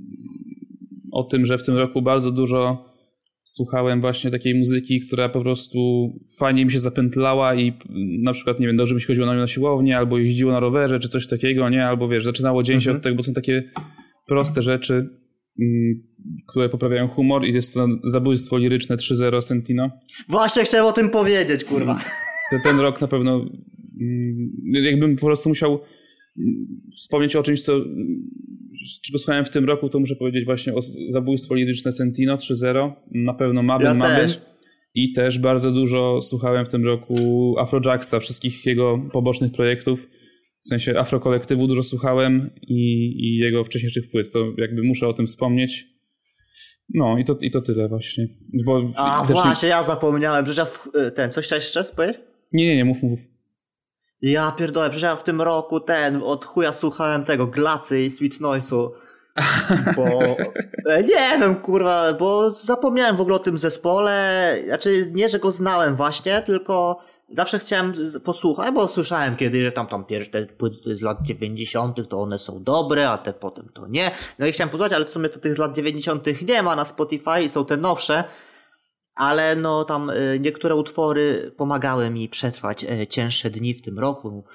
o tym, że w tym roku bardzo dużo słuchałem właśnie takiej muzyki, która po prostu fajnie mi się zapętlała i na przykład, nie wiem, dobrze mi się chodziło na, na siłownię, albo jeździło na rowerze, czy coś takiego, nie? Albo wiesz, zaczynało dzień się mm-hmm. od tego, bo są takie proste rzeczy, m, które poprawiają humor i jest to Zabójstwo liryczne trzy zero Sentino. Właśnie chciałem o tym powiedzieć, kurwa. Ten, ten rok na pewno m, jakbym po prostu musiał wspomnieć o czymś, co czego słuchałem w tym roku, to muszę powiedzieć właśnie o Zabójstwo liryczne Sentino trzy zero. Na pewno Mabyn ja Mabyn. Też. I też bardzo dużo słuchałem w tym roku Afrojacksa, wszystkich jego pobocznych projektów. W sensie Afrokolektywu dużo słuchałem i, i jego wcześniejszych płyt. To jakby muszę o tym wspomnieć. No i to, i to tyle właśnie. Bo A właśnie, nie... ja zapomniałem, że ja w, ten, coś chciałeś jeszcze powiedzieć? Nie, nie, nie, mów, mów. Ja pierdolę, przecież ja w tym roku ten, od chuja słuchałem tego Glacy i Sweet Noise'u, bo nie wiem, kurwa, bo zapomniałem w ogóle o tym zespole, znaczy nie, że go znałem właśnie, tylko zawsze chciałem posłuchać, bo słyszałem kiedyś, że tam tam pierwsze te płyty z lat dziewięćdziesiątych to one są dobre, a te potem to nie. No i chciałem posłuchać, ale w sumie to tych z lat dziewięćdziesiątych nie ma na Spotify i są te nowsze. Ale no tam y, niektóre utwory pomagały mi przetrwać y, cięższe dni w tym roku.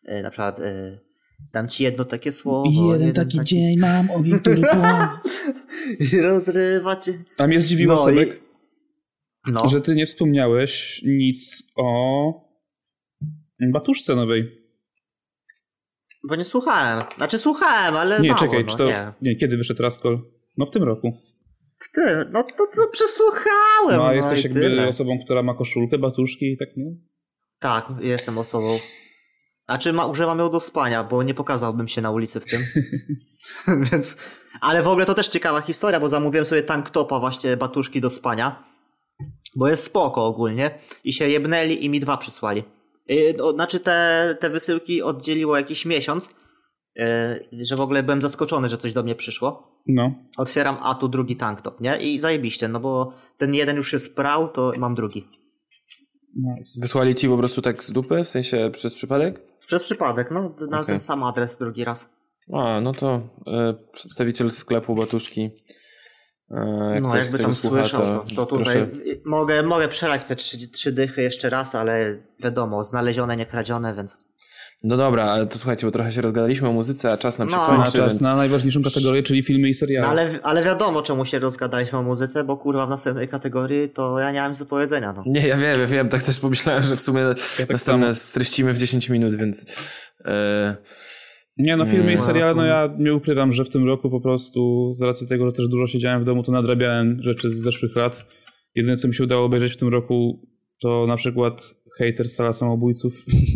y, na przykład y, dam ci jedno takie słowo. I jeden, jeden taki, taki dzień mam, ogień, który płon. I rozrywa cię. A mnie zdziwiło, no Sebek, i... no. że ty nie wspomniałeś nic o Batuszce nowej. Bo nie słuchałem. Znaczy słuchałem, ale Nie, mało, czekaj, no, czy to... Nie. nie, kiedy wyszedł Raskol? No w tym roku. W tym? No to co przesłuchałem. No a no jesteś i jakby tyle. osobą, która ma koszulkę, batuszki i tak, no? Tak, jestem osobą. Znaczy ma, używam ją do spania, bo nie pokazałbym się na ulicy w tym. Więc... Ale w ogóle to też ciekawa historia, bo zamówiłem sobie tank topa właśnie Batuszki do spania. Bo jest spoko ogólnie. I się jebnęli i mi dwa przysłali. Yy, no, znaczy te, te wysyłki oddzieliło jakiś miesiąc. Yy, że w ogóle byłem zaskoczony, że coś do mnie przyszło. No. Otwieram, a tu drugi tank top, nie? I zajebiście, no bo ten jeden już się sprał, to mam drugi. Nice. Wysłali ci po prostu tak z dupy? W sensie przez przypadek? Przez przypadek, no. Na Okay. ten sam adres drugi raz. A, no to y, przedstawiciel sklepu Batuszki. Y, jak no, ktoś jakby tego tam słucha, słyszał, to, to tutaj proszę... mogę, mogę przelać te trzy, trzy dychy jeszcze raz, ale wiadomo, znalezione, nie kradzione, więc... No dobra, ale to słuchajcie, bo trochę się rozgadaliśmy o muzyce, a czas nam się No, kończy, Na czas więc... na najważniejszą kategorię, czyli filmy i seriale. No, ale, ale wiadomo, czemu się rozgadaliśmy o muzyce, bo kurwa w następnej kategorii to ja nie mam nic do powiedzenia, no. Nie, ja wiem, ja wiem, tak też pomyślałem, że w sumie ja następne samo. streścimy w dziesięć minut, więc... Y, Nie, no filmy Nie. i seriale, no ja nie ukrywam, że w tym roku po prostu z racji tego, że też dużo siedziałem w domu, to nadrabiałem rzeczy z zeszłych lat. Jedyne, co mi się udało obejrzeć w tym roku, to na przykład Hater, Sala Samobójców.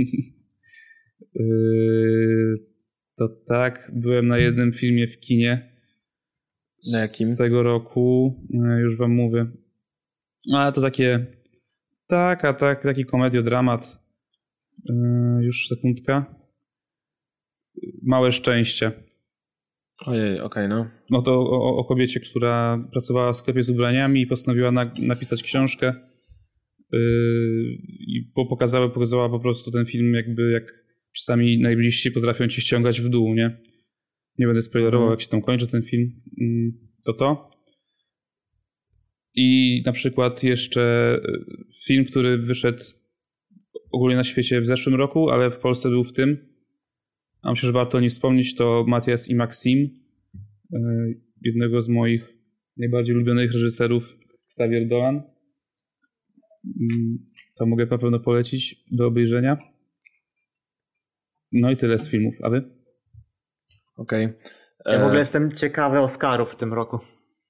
yy, to tak, byłem na jednym filmie w kinie. Na jakim? Z tego roku, yy, już wam mówię. A to takie, taka, tak, taki komediodramat. Yy, już sekundka. Małe szczęście. Ojej, okej, okay, no. No to o, o kobiecie, która pracowała w sklepie z ubraniami i postanowiła na, napisać książkę yy, i po, pokazała, pokazała po prostu ten film jakby jak czasami najbliżsi potrafią ci ściągać w dół, nie? Nie będę spoilerował, jak się tam kończy ten film. Yy, to to. I na przykład jeszcze film, który wyszedł ogólnie na świecie w zeszłym roku, ale w Polsce był w tym. A myślę, że warto o nim wspomnieć, to Matias i Maxim, jednego z moich najbardziej ulubionych reżyserów, Xavier Dolan. To mogę na pewno polecić do obejrzenia. No i tyle z filmów. A wy? Okej. Okay. Ja w ogóle jestem ciekawy Oscarów w tym roku.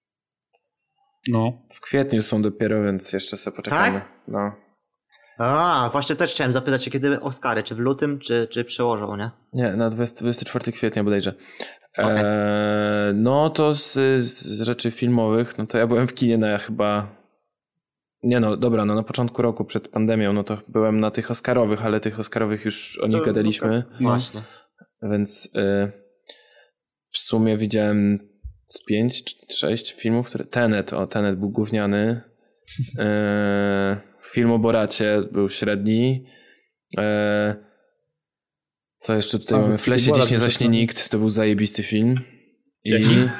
No. W kwietniu są dopiero, więc jeszcze sobie poczekamy. Tak? No. A, właśnie też chciałem zapytać się, kiedy Oscary, czy w lutym, czy, czy przełożą, nie? Nie, na dwudziestego czwartego kwietnia bodajże. Okay. Eee, no to z, z rzeczy filmowych, no to ja byłem w kinie na chyba... Nie no, dobra, no na początku roku przed pandemią, no to byłem na tych Oscarowych, ale tych Oscarowych już o nich To, gadaliśmy. No, tak. Właśnie. Więc y, w sumie widziałem z pięć czy sześć filmów, które... Tenet, o Tenet był gówniany. Eee, film o Boracie był średni. Eee, co jeszcze tutaj A, mamy? W lesie dziś nie zaśnie to... nikt. To był zajebisty film. I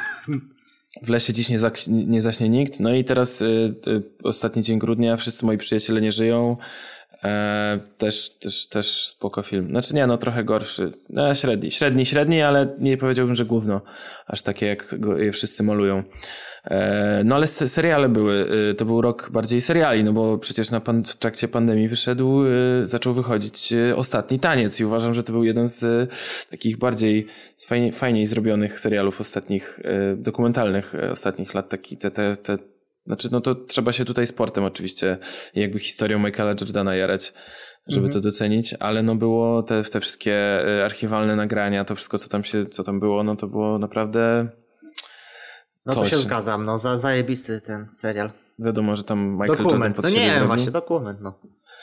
w lesie dziś nie, zak- nie zaśnie nikt. No i teraz y, y, ostatni dzień grudnia. Wszyscy moi przyjaciele nie żyją. Eee, też, też, też spoko film. Znaczy nie, no trochę gorszy. No, średni, średni, średni, ale nie powiedziałbym, że gówno. Aż takie, jak go je wszyscy malują. Eee, no ale seriale były. Eee, to był rok bardziej seriali, no bo przecież na pan- w trakcie pandemii wyszedł, eee, zaczął wychodzić eee, Ostatni Taniec i uważam, że to był jeden z eee, takich bardziej fajnie, fajniej zrobionych serialów ostatnich, eee, dokumentalnych eee, ostatnich lat. Taki te, te, te Znaczy, no to trzeba się tutaj sportem oczywiście i jakby historią Michaela Jordana jarać, żeby mm-hmm. to docenić, ale no było te, te wszystkie archiwalne nagrania, to wszystko, co tam się, co tam było, no to było naprawdę No coś. to się zgadzam, no za, zajebisty ten serial. Wiadomo, że tam Michael dokument. Jordan pod no siebie nie zrobił. właśnie, dokument, no.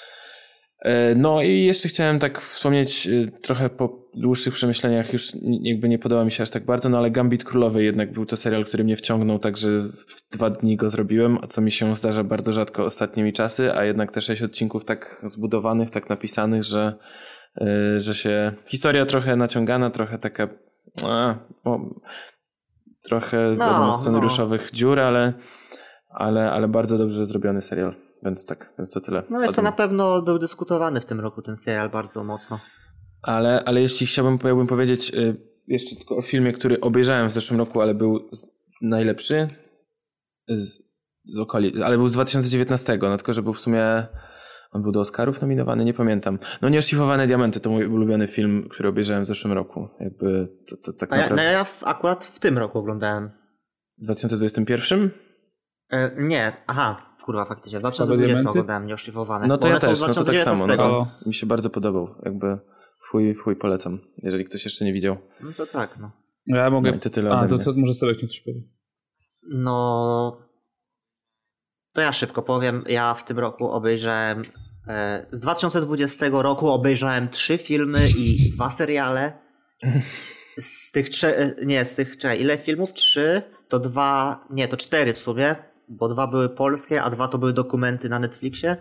No i jeszcze chciałem tak wspomnieć trochę po dłuższych przemyśleniach, już jakby nie podoba mi się aż tak bardzo, no ale Gambit Królowej jednak był to serial, który mnie wciągnął, także w dwa dni go zrobiłem, a co mi się zdarza bardzo rzadko ostatnimi czasy, a jednak te sześć odcinków tak zbudowanych, tak napisanych, że, yy, że się historia trochę naciągana, trochę taka a, o, trochę no, wiadomo, scenariuszowych no. dziur, ale, ale, ale bardzo dobrze zrobiony serial. Więc tak, więc to tyle. No jest to na pewno był dyskutowany w tym roku ten serial bardzo mocno. Ale, ale jeśli chciałbym, miałbym powiedzieć y, jeszcze tylko o filmie, który obejrzałem w zeszłym roku, ale był z, najlepszy z, z okolic, ale był z dwa tysiące dziewiętnastego, no tylko, że był w sumie, on był do Oscarów nominowany, nie pamiętam. No Nieoszlifowane diamenty to mój ulubiony film, który obejrzałem w zeszłym roku. Jakby to, to tak A ja, naprawdę... no ja w, akurat w tym roku oglądałem. W dwa tysiące dwudziestym pierwszym? E, nie, aha, kurwa, faktycznie. W dwa tysiące dwudziestym oglądałem Nieoszlifowane. No to ja też, no to tak samo. No to O. mi się bardzo podobał. Jakby w chuj, w chuj polecam, jeżeli ktoś jeszcze nie widział. No to tak, no. Ja mogę... No i to tyle A, ode to mnie. co, może sobie coś powie. No... To ja szybko powiem. Ja w tym roku obejrzałem... E, z dwa tysiące dwudziestego roku obejrzałem trzy filmy i dwa seriale. Z tych trzech... Nie, z tych... Czekaj, ile filmów? Trzy? To dwa... Nie, to cztery w sumie. Bo dwa były polskie, a dwa to były dokumenty na Netflixie.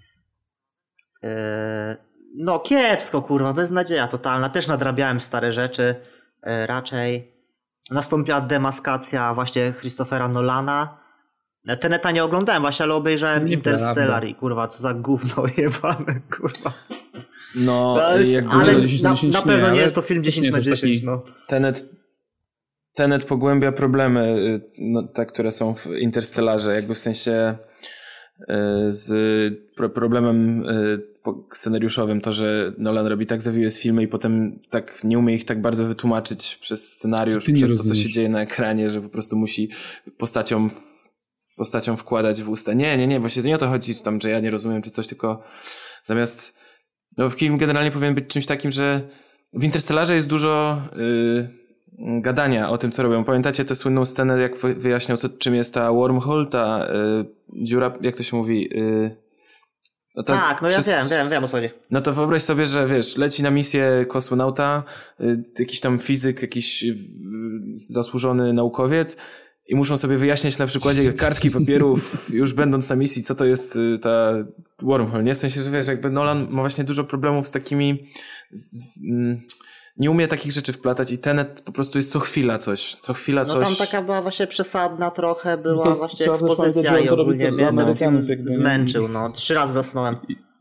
E, no kiepsko, kurwa. Beznadzieja totalna. Też nadrabiałem stare rzeczy. E, raczej... Nastąpiła demaskacja właśnie Christophera Nolana. Teneta nie oglądałem właśnie, ale obejrzałem Nieprawda. Interstellar i kurwa, co za gówno jebane, kurwa. No, No, jest, jakby ale dziesięć na na, dziesięć na nie, pewno nie ale jest to film też dziesięć nie na jest aż dziesięć, taki- no. Tenet, Tenet pogłębia problemy, y, no, te, które są w Interstellarze, jakby w sensie y, z pro, problemem y, po- scenariuszowym, to, że Nolan robi tak zawiłe filmy i potem tak nie umie ich tak bardzo wytłumaczyć przez scenariusz, Ty nie przez to, co rozumiesz. się dzieje na ekranie, że po prostu musi postaciom postaciom wkładać w usta. Nie, nie, nie, właśnie to nie o to chodzi, tam, że ja nie rozumiem czy coś, tylko zamiast no film generalnie powinien być czymś takim, że w Interstellarze jest dużo y, gadania o tym, co robią. Pamiętacie tę słynną scenę, jak wy- wyjaśniał, co, czym jest ta wormhole, ta y, dziura, jak to się mówi? Y, no ta Tak, no ja przez- wiem, wiem, wiem o co chodzi. No to wyobraź sobie, że wiesz, leci na misję kosmonauta, y, jakiś tam fizyk, jakiś y, zasłużony naukowiec i muszą sobie wyjaśniać na przykładzie kartki papierów, już będąc na misji, co to jest y, ta wormhole, nie? W sensie, że wiesz, jakby Nolan ma właśnie dużo problemów z takimi... Z, mm, nie umie takich rzeczy wplatać i Tenet po prostu jest co chwila coś, co chwila No coś... tam taka była właśnie przesadna trochę, była to właśnie trzeba też ekspozycja pamiętać, i że on to robi ogólnie dla mnie ten Amerykanów film jakby, nie? zmęczył, no. Trzy razy zasnąłem.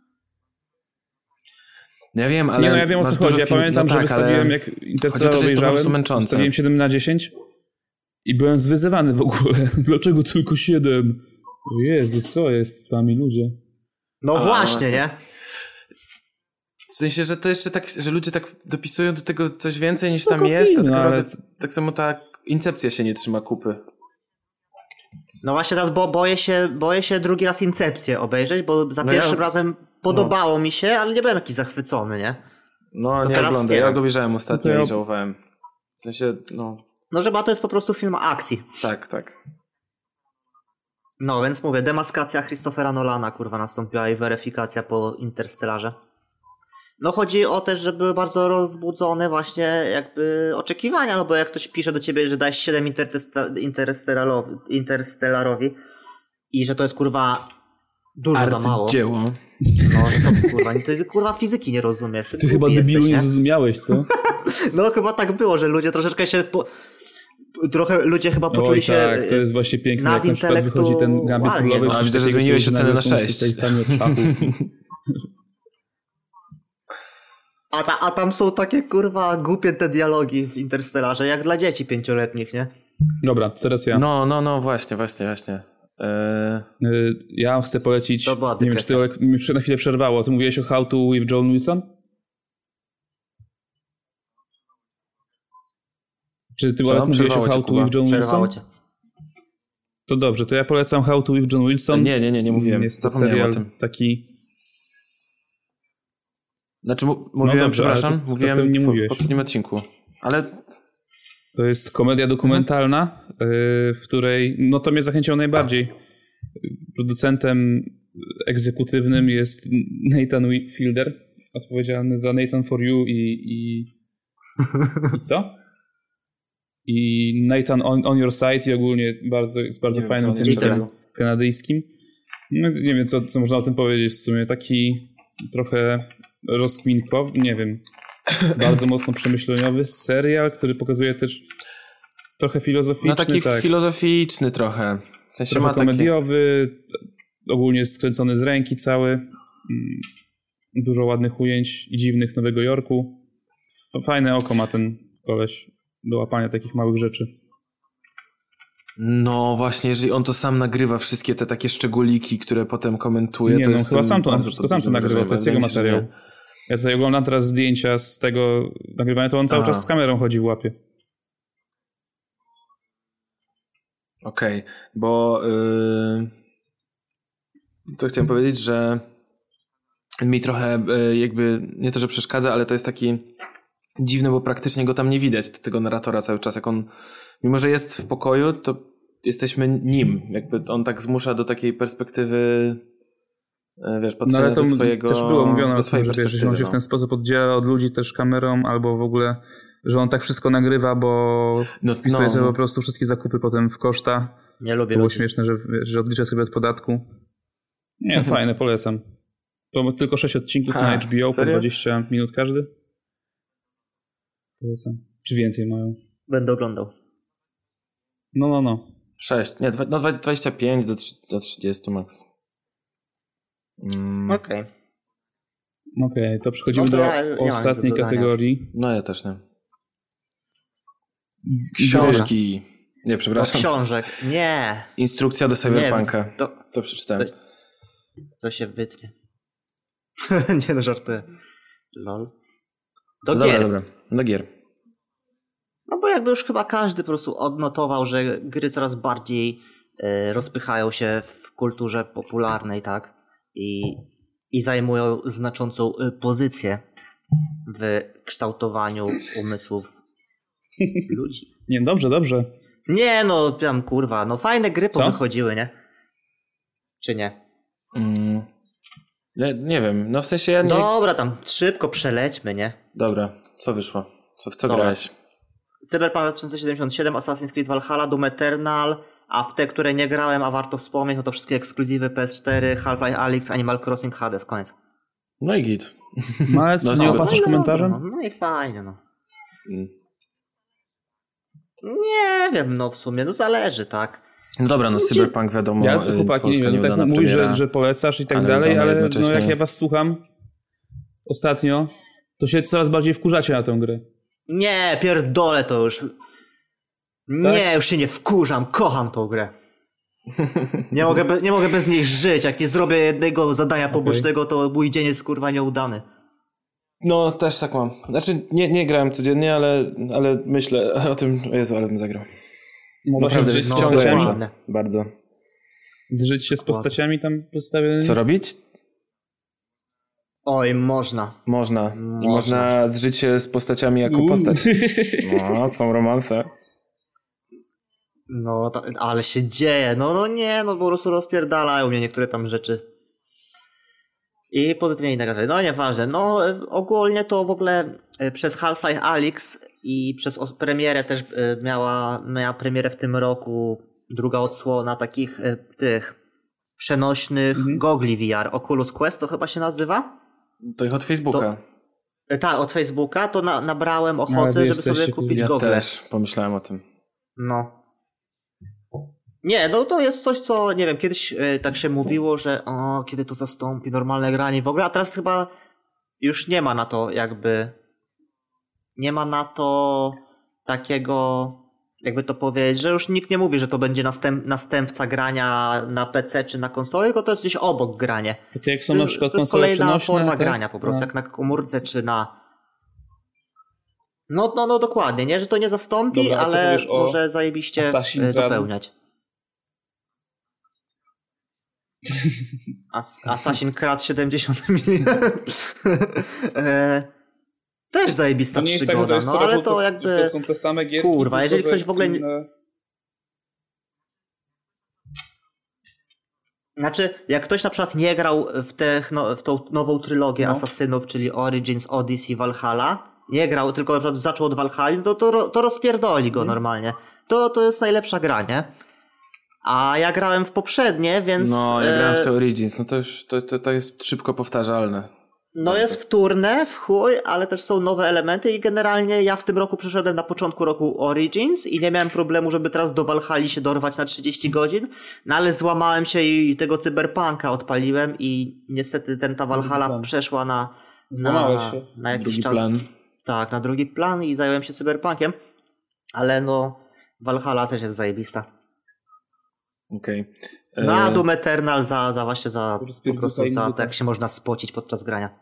Ja wiem, ale... Nie no, ja wiem o masz co dużo chodzi. Ja film- pamiętam, no że tak, wystawiłem, ale... jak Chodzi o Interstellar to, że jest to po prostu obejrzałem, męczące. wystawiłem siedem na dziesięć i byłem zwyzywany w ogóle. Dlaczego tylko siedem? O Jezu, co jest z wami ludzie? No A, właśnie, nie? W sensie, że to jeszcze tak, że ludzie tak dopisują do tego coś więcej niż Spoko tam jest, a film, tak no, ale- naprawdę tak samo ta incepcja się nie trzyma kupy. No właśnie teraz bo, boję się, boję się drugi raz Incepcję obejrzeć, bo za No pierwszym ja- razem podobało mi się, ale nie byłem jakiś zachwycony, nie? No To nie teraz oglądam, nie ja wiem. go obejrzałem ostatnio No to ja- i żałowałem. W sensie, no, No, że to jest po prostu film akcji. tak, tak. No, więc mówię, demaskacja Christophera Nolana, kurwa, nastąpiła i weryfikacja po Interstellarze. No, chodzi o też, że były bardzo rozbudzone właśnie jakby oczekiwania, no bo jak ktoś pisze do ciebie, że dałeś siedem Intertesta- Interstellarowi, Interstellarowi i że to jest, kurwa, dużo za mało. Arcydzieło. No, że co ty, kurwa, ty, kurwa, fizyki nie rozumiesz. Ty, Ty chyba głupi debilu jesteś, nie nie? zrozumiałeś, co? No, chyba tak było, że ludzie troszeczkę się... Po... Trochę ludzie chyba poczuli Oj, się... tak, to jest właśnie piękne, jak na przykład wychodzi ten gambit nadintelektualnie, królowy. no. czy A, widzę, coś że takiego, zmieniłeś gdzie ocenę nagle na są sześć. specjalistami od szachów. A, ta, a tam są takie, kurwa, głupie te dialogi w Interstellarze, jak dla dzieci pięcioletnich, nie? Dobra, to teraz ja. No, no, no, właśnie, właśnie, właśnie. Eee, Y, Ja chcę polecić, To była nie wiem, czy ty, Olek, mi na chwilę przerwało. Ty mówiłeś o How to with John Wilson? Czy ty, Co? Olek, mówiłeś o Przerwało cię, How to Kuba. with John Przerwało Wilson? cię. To dobrze, to ja polecam How to with John Wilson. nie, nie, nie, nie mówiłem. Jest to Zapomniałem serial o tym. taki... Znaczy, mu- mówiłem, dobrze, ale przepraszam, to- to mówiłem wtedy nie w, mówiłeś. w poprzednim odcinku. Ale To jest komedia dokumentalna, y, w której, no to mnie zachęciło najbardziej. Producentem egzekutywnym jest Nathan Fielder, odpowiedzialny za Nathan for You i, i, i co? I Nathan on, on Your Side i ogólnie bardzo, jest bardzo Nie wiem, co fajnym on jeszcze komikiem robił. kanadyjskim. No, nie wiem, co, co można o tym powiedzieć w sumie. Taki trochę rozkminkowy, nie wiem, bardzo mocno przemyśleniowy serial, który pokazuje też trochę filozoficzny, no taki tak, filozoficzny trochę. W sensie trochę ma taki... komediowy, ogólnie skręcony z ręki cały. Mm, Dużo ładnych ujęć i dziwnych Nowego Jorku. Fajne oko ma ten koleś do łapania takich małych rzeczy. No właśnie, jeżeli on to sam nagrywa, wszystkie te takie szczególiki, które potem komentuje, Nie, to no jest chyba sam to, bardzo wszystko sam to duże nagrywa, to jest wrażenie. jego Wydaje mi się, materiał. Ja tutaj oglądam teraz zdjęcia z tego nagrywania, to on cały Aha. czas z kamerą chodzi w łapie. Okej, okay, bo yy, co chciałem powiedzieć, że mi trochę yy, jakby, nie to, że przeszkadza, ale to jest taki dziwny, bo praktycznie go tam nie widać, tego narratora cały czas. Jak on, mimo że jest w pokoju, to jesteśmy nim. Jakby on tak zmusza do takiej perspektywy, yy, wiesz, patrzenia no, ale to ze swojego, też było mówione, ze swojej że, wiesz, że on się no. w ten sposób oddziela od ludzi też kamerą, albo w ogóle, że on tak wszystko nagrywa, bo no, wpisuje no, sobie no. po prostu wszystkie zakupy potem w koszta. Nie lubię Było ludzi. śmieszne, że, że odlicza sobie od podatku. Nie, fajne, polecam. To tylko sześć odcinków Ha, na H B O, po serio? dwadzieścia minut każdy. Polecam. Czy więcej mają? Będę oglądał. No, no, no. sześć, nie, dwa, no dwadzieścia pięć do, do trzydziestu max. Mm. Okej. Okay. Okej, okay, to przechodzimy No to do ja nie mam ostatniej nic do dodania kategorii. No ja też nie. Książki. Nie, Do przepraszam. książek. Nie. Instrukcja do Cyberpunka. Nie, to, To przeczytałem. to, to się wytnie. Nie no, żartuję. Lol. Do Dobra, gier. dobra. Do gier. No bo jakby już chyba każdy po prostu odnotował, że gry coraz bardziej y, rozpychają się w kulturze popularnej, tak? I, i zajmują znaczącą y, pozycję w kształtowaniu umysłów ludzi. Nie, dobrze, dobrze. Nie no, tam kurwa, no fajne gry Co? powychodziły, nie? Czy nie? Mm. Nie, nie wiem, no w sensie ja nie... Dobra, tam szybko przelećmy, nie? Dobra, co wyszło? Co, w co Dobra. grałeś? Cyberpunk dwa tysiące siedemdziesiąt siedem, Assassin's Creed Valhalla, Doom Eternal, a w te, które nie grałem, a warto wspomnieć, no to wszystkie ekskluzywy P S cztery, Half-Life Alyx, Animal Crossing, Hades, koniec. No i git. Malec, No, nie super. opatrzysz no, komentarzem? No, no i fajnie, no. Mm. Nie wiem, no w sumie, no zależy, tak? No dobra, no Cyberpunk wiadomo, Ja to chłopaki, nie Polska wiem, tak nieudana mówisz, że, premiera. że polecasz i tak ale dalej, udana ale no jednocześnie. jak ja was słucham ostatnio, to się coraz bardziej wkurzacie na tę grę. Nie, pierdolę to już. Nie, już się nie wkurzam, kocham tą grę. Nie mogę, be, nie mogę bez niej żyć, jak nie zrobię jednego zadania pobocznego, to mój dzień jest kurwa nieudany. No, też tak mam. Znaczy, nie, nie grałem codziennie, ale, ale myślę o tym, o Jezu, ale bym zagrał. No właśnie Naprawdę, zżyć z no, postaciami, dokładnie. Bardzo. zżyć się z postaciami tam postawionymi. Co robić? Oj, można. Można. I Można. można zżyć się z postaciami jako Uuu. postać. No, są romanse. No, to, ale się dzieje. No, no nie, no po prostu rozpierdalają mnie niektóre tam rzeczy. I pozytywnie i negatywnie. No nieważne. No e, ogólnie to w ogóle e, przez Half-Life Alyx i przez os- premierę też e, miała, miała premierę w tym roku druga odsłona takich e, tych przenośnych Mhm. gogli V R. Oculus Quest to chyba się nazywa? To ich od Facebooka. E, tak, od Facebooka. To na, nabrałem Ale ochotę, wy żeby jesteście sobie kupić Ja gogle. też pomyślałem o tym. No. Nie, no to jest coś, co, nie wiem, kiedyś y, tak się mówiło, że o, kiedy to zastąpi normalne granie w ogóle, a teraz chyba już nie ma na to jakby, nie ma na to takiego, jakby to powiedzieć, że już nikt nie mówi, że to będzie następ, następca grania na P C czy na konsoli, tylko to jest gdzieś obok granie. Tak jak są na przykład to jest konsole kolejna przenośne, forma tak? grania po prostu, No. jak na komórce czy na... No, no, no dokładnie, nie, że to nie zastąpi, Dobra, a co ale powiesz o może zajebiście Assassin's y, Creed? dopełniać. As- Assassin's Creed siedemdziesiąt milionów. e, Też zajebista To nie jest tak, że to przygoda, jest no to, ale to, to to, jakby... to są te same gierki. Kurwa, tylko jeżeli że ktoś w ogóle nie- inne- Znaczy, jak ktoś na przykład nie grał w, te, no, w tą nową trylogię No. Asasynów, czyli Origins, Odyssey, Valhalla, nie grał, tylko na przykład zaczął od Valhalla, to, to, to rozpierdoli go normalnie. To, to jest najlepsza gra, nie? A ja grałem w poprzednie, więc... No, ja grałem w e, te Origins, no to już to, to, to jest szybko powtarzalne. No jest wtórne, w chuj, ale też są nowe elementy i generalnie ja w tym roku przeszedłem na początku roku Origins i nie miałem problemu, żeby teraz do Valhalli się dorwać na trzydzieści godzin, no ale złamałem się i tego Cyberpunka odpaliłem i niestety ten ta Valhalla plan. przeszła na, Złamałeś na, się. na jakiś Drugi czas plan. tak, na drugi plan i zająłem się Cyberpunkiem, ale no Valhalla też jest zajebista. Okej. Okay. No a Doom Eternal za, za właśnie za, Rozpierducha po prostu i za muzyka. to, jak się można spocić podczas grania.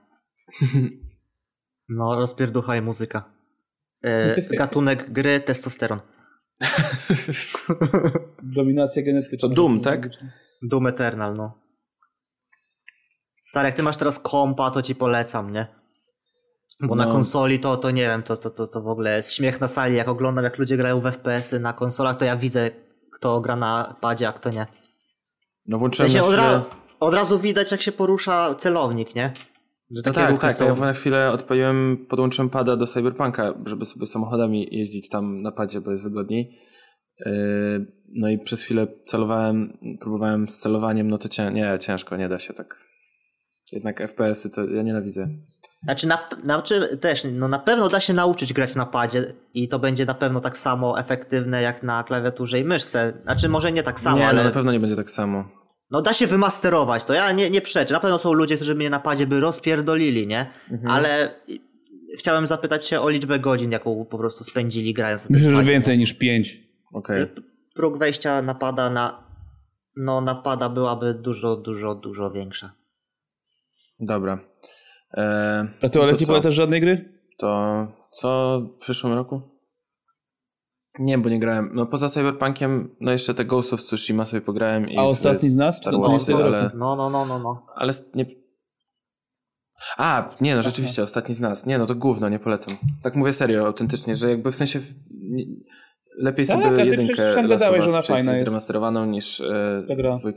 No, rozpierducha i muzyka. E, gatunek gry, testosteron. Dominacja genetyczna. To Doom, tak? Doom Eternal, no. Stary, jak ty masz teraz kompa, to ci polecam, nie? Bo no. na konsoli to, to nie wiem, to, to, to, to w ogóle jest śmiech na sali. Jak oglądam, jak ludzie grają w F P S y na konsolach, to ja widzę, kto gra na padzie, a kto nie. No włączyłem w sensie na chwilę... od, ra- od razu widać, jak się porusza celownik, nie? Że takie no tak, ruchy tak, są... ja na chwilę odpaliłem, podłączyłem pada do Cyberpunka, żeby sobie samochodami jeździć tam na padzie, bo jest wygodniej. Yy, no i przez chwilę celowałem, próbowałem z celowaniem, no to cię, nie, ciężko, nie da się tak. Jednak F P S y to ja nienawidzę. Znaczy, na, znaczy też, no na pewno da się nauczyć grać na padzie i to będzie na pewno tak samo efektywne jak na klawiaturze i myszce. Znaczy, może nie tak samo, nie, ale... no na pewno nie będzie tak samo. No da się wymasterować to, ja nie, nie przeczę. Na pewno są ludzie, którzy mnie na padzie by rozpierdolili, nie? Mhm. Ale chciałem zapytać się o liczbę godzin, jaką po prostu spędzili grając na tym Myślę, padzie, że więcej nie? niż pięć. Okej. Okay. Próg wejścia napada na... No napada byłaby dużo, dużo, dużo większa. Dobra. Eee, A ty, Olek, nie polecasz żadnej gry? To co w przyszłym roku? Nie, bo nie grałem. No poza Cyberpunkiem, no jeszcze te Ghost of Tsushima sobie pograłem. I A ostatni z nas? Star Warsy, ale... No, no, no, no, no. Ale nie... A, nie no, rzeczywiście, ostatni z nas. Nie no, to gówno, nie polecam. Tak mówię serio, autentycznie, że jakby w sensie... Nie... Lepiej tak, sobie a ty jedynkę Last of Us przejść jest. zremasterowaną niż e, dwójkę.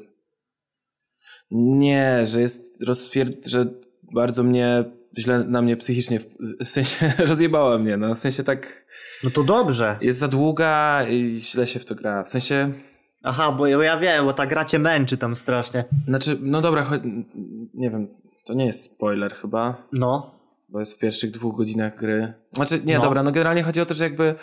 Nie, że jest rozpierd... że bardzo mnie źle na mnie psychicznie w, w sensie rozjebała mnie, no w sensie tak... No to dobrze. Jest za długa i źle się w to gra, w sensie... Aha, bo ja wiem, bo ta gra cię męczy tam strasznie. Znaczy, no dobra, cho... nie wiem, to nie jest spoiler chyba. No. Bo jest w pierwszych dwóch godzinach gry. Znaczy, nie, no. dobra, no generalnie chodzi o to, że jakby...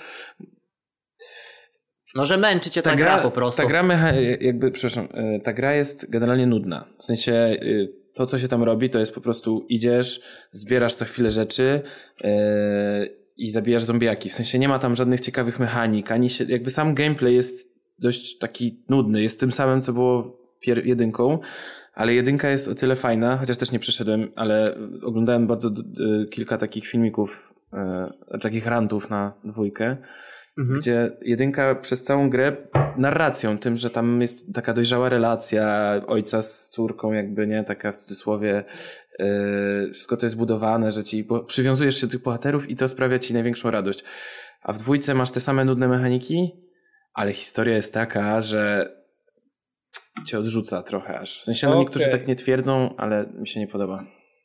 No, że męczy cię ta, ta gra, gra po prostu. Ta gra, mecha- jakby, przepraszam, ta gra jest generalnie nudna. W sensie to, co się tam robi, to jest po prostu idziesz, zbierasz co chwilę rzeczy yy, i zabijasz zombiaki. W sensie nie ma tam żadnych ciekawych mechanik, ani się, jakby sam gameplay jest dość taki nudny. Jest tym samym, co było pier- jedynką, ale jedynka jest o tyle fajna, chociaż też nie przeszedłem, ale oglądałem bardzo yy, kilka takich filmików, yy, takich rantów na dwójkę, mhm. gdzie jedynka przez całą grę narracją, tym, że tam jest taka dojrzała relacja ojca z córką, jakby, nie, taka w cudzysłowie, yy, wszystko to jest budowane, że ci bo przywiązujesz się do tych bohaterów i to sprawia ci największą radość. A w dwójce masz te same nudne mechaniki, ale historia jest taka, że cię odrzuca trochę aż. W sensie, no okay. niektórzy tak nie twierdzą, ale mi się nie podoba.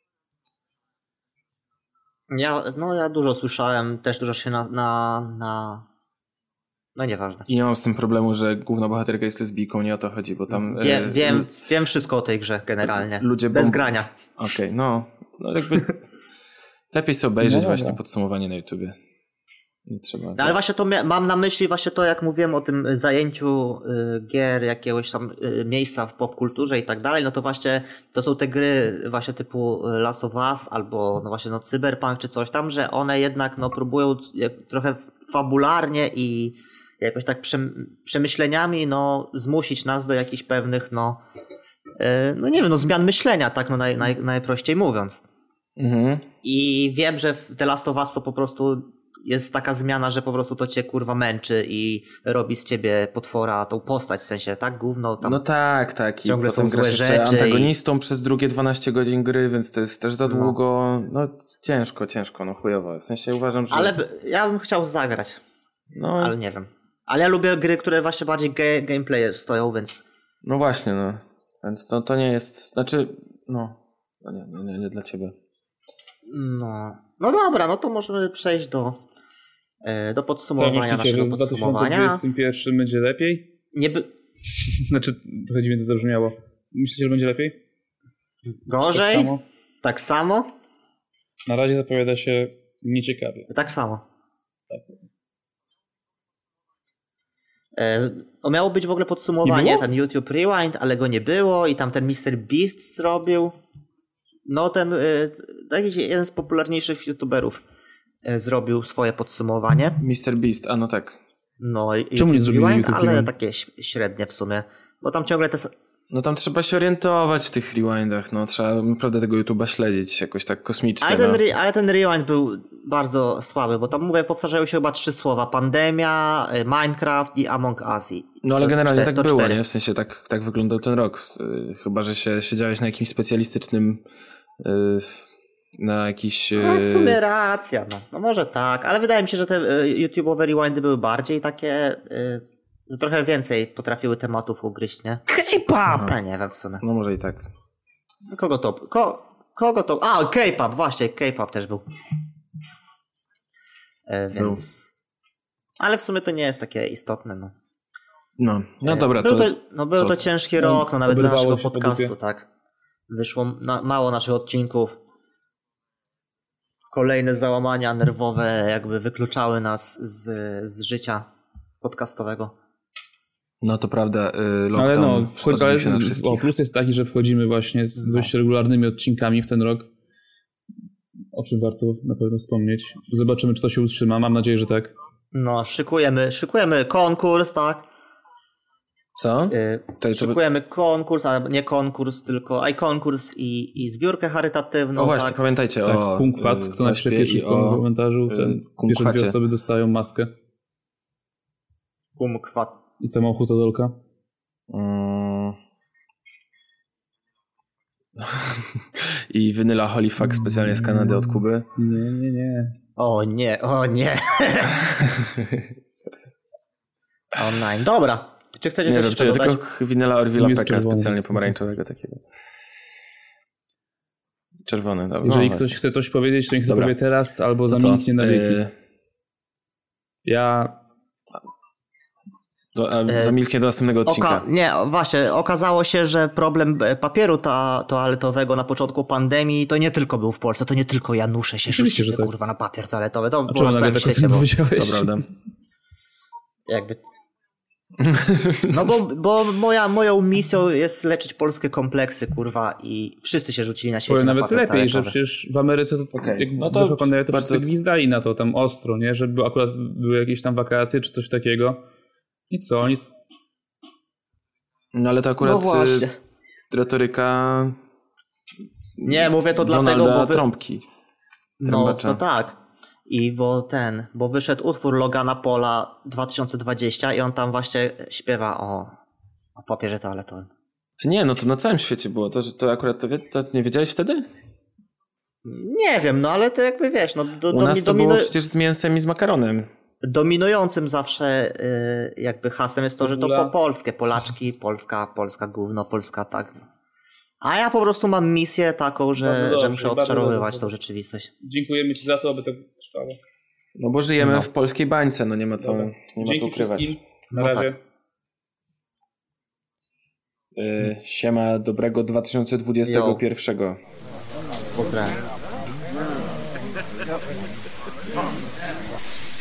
Ja, no ja dużo słyszałem, też dużo się na, na, na... no nieważne. I nie mam z tym problemu, że główna bohaterka jest lesbijką, nie o to chodzi, bo tam... Wiem, e, wiem, wiem wszystko o tej grze generalnie, ludzie bez bomb... grania. Okej, okay, no, no jakby lepiej sobie obejrzeć no właśnie podsumowanie na YouTubie. Nie trzeba. No, ale właśnie to mia- mam na myśli właśnie to, jak mówiłem o tym zajęciu y, gier, jakiegoś tam y, miejsca w popkulturze i tak dalej, no to właśnie to są te gry właśnie typu Last of Us albo no właśnie no Cyberpunk czy coś tam, że one jednak no próbują jak, trochę fabularnie i jakoś tak przem- przemyśleniami no zmusić nas do jakichś pewnych no y, no nie wiem, no zmian myślenia, tak no naj, naj, najprościej mówiąc. Mhm. I wiem, że w The Last of Us to po prostu jest taka zmiana, że po prostu to cię kurwa męczy i robi z ciebie potwora, tą postać w sensie, tak? Gówno tam. No tak, tak. I ciągle potem są złe grasz jeszcze rzeczy antagonistą i... przez drugie dwanaście godzin gry, więc to jest też za długo. No, no ciężko, ciężko, no chujowo. W sensie uważam, że... Ale b- ja bym chciał zagrać. No. Ale nie wiem. Ale ja lubię gry, które właśnie bardziej ge- gameplay stoją, więc... No właśnie, no. Więc to, to nie jest... Znaczy, no... no nie, nie, nie, nie dla ciebie. No. No dobra, no to możemy przejść do... do podsumowania naszego że podsumowania. w dwa tysiące dwudziestym pierwszym będzie lepiej? Nie by... Znaczy, trochę dziwnie to zabrzmiało. Myślicie, że będzie lepiej? Gorzej? Tak samo? Tak samo? Na razie zapowiada się nieciekawie. Tak samo. Tak. E, to miało być w ogóle podsumowanie, ten YouTube Rewind, ale go nie było i tam ten mister Beast zrobił. No ten, e, jakiś jeden z popularniejszych youtuberów. zrobił swoje podsumowanie. mister Beast, a no tak. No i Czemu nie zrobili Rewind, YouTube ale Rewind? takie średnie w sumie. Bo tam ciągle te... No tam trzeba się orientować w tych rewindach, no trzeba naprawdę tego YouTube'a śledzić jakoś tak kosmicznie. Ale ten, no. re, ale ten rewind był bardzo słaby, bo tam mówię, powtarzają się chyba trzy słowa. Pandemia, Minecraft i Among Us. I No ale to generalnie cztery, tak to było, cztery. nie? W sensie tak, tak wyglądał ten rok. Chyba, że się siedziałeś na jakimś specjalistycznym yy, na jakiś... Yy... No w sumie racja, no. no może tak, ale wydaje mi się, że te y, YouTube'owe rewindy były bardziej takie... Y, trochę więcej potrafiły tematów ugryźć, nie? K-pop! Ja nie wiem w sumie. No może i tak. Kogo to... Ko, kogo to... A, K-pop, właśnie, K-pop też był. E, więc... Ale w sumie to nie jest takie istotne, no. No, no dobra, Był to... to, no był co? to ciężki rok, no nawet dla Oberwało naszego się po podcastu, dupie. tak. Wyszło na, mało naszych odcinków. Kolejne załamania nerwowe jakby wykluczały nas z, z życia podcastowego. No to prawda, yy, Ale lockdown no, wchodzi, ale, odbił się na o, wszystkich. plus jest taki, że wchodzimy właśnie z dość regularnymi odcinkami w ten rok. O czym warto na pewno wspomnieć. Zobaczymy, czy to się utrzyma. Mam nadzieję, że tak. No, szykujemy, szykujemy konkurs, tak? Co? Yy, To- to- szykujemy konkurs, ale nie konkurs, tylko aj konkurs i, i zbiórkę charytatywną, No właśnie, tak? pamiętajcie Tak, o... Kumkwat, yy, kto napisze Waśpie pierwszy i w o, komentarzu, yy, ten pierwsze kumkwacie. dwie osoby dostają maskę Kumkwat. i samochód od Olka. Mm. I winyla Holy Fuck specjalnie z Kanady od Kuby. Nie, nie, nie. O nie, o nie. Online. Dobra. Czy chcecie Nie, coś żartuję, jeszcze dodać? tylko winyla Orville'a Jest Peka czerwony, specjalnie jest pomarańczowego takiego. Czerwony, dobra. Jeżeli No, ktoś chce coś powiedzieć, to niech to Dobra. powie teraz albo to zamilknie co? na wieki. Yy, Ja... do, a, E, zamilknie do następnego odcinka. Oka- nie, właśnie, okazało się, że problem e, papieru ta- toaletowego na początku pandemii to nie tylko był w Polsce, to nie tylko Janusze się Oczywiście, rzuciły, że tak. kurwa, na papier toaletowy, to A było czemu na nagle całym tak o świecie, tym bo powiedziałeś? To prawda. jakby... No bo, bo moja, moją misją jest leczyć polskie kompleksy, kurwa, i wszyscy się rzucili na świecie Powiem na nawet papier lepiej, że toaletowy. przecież w Ameryce to, Okej. jak No to wyszła pandemia, to bardzo- wszyscy gwizdali na to tam ostro, nie? Żeby akurat były jakieś tam wakacje czy coś takiego. I co? Oni... No ale to akurat No właśnie. y, retoryka Nie, mówię to Donalda dlatego, bo... Wy... Trąbki. No, Trąbacza. to tak. I bo ten, bo wyszedł utwór Logana Paula dwa tysiące dwudziesty i on tam właśnie śpiewa o, o papierze toaletowym. Nie, no to na całym świecie było. To, że to akurat to, wie, to nie wiedziałeś wtedy? Nie wiem, no ale to jakby wiesz, no do, U do, nas to dominu- było przecież z mięsem i z makaronem. dominującym zawsze y, jakby hasłem jest to, że to Cebula. po polskie, Polaczki, Polska, Polska gówno, Polska tak. A ja po prostu mam misję taką, że, Bardzo dobrze, że muszę bardzo odczarowywać dobrze. tą rzeczywistość. Dziękujemy Ci za to, aby to trwało. No bo żyjemy No. w polskiej bańce, no nie ma co, Dobra. nie ma co Dzięki ukrywać. wszystkim. Na No razie. tak. Y, siema dobrego dwa tysiące dwudziestego pierwszego. Pozdrawiam.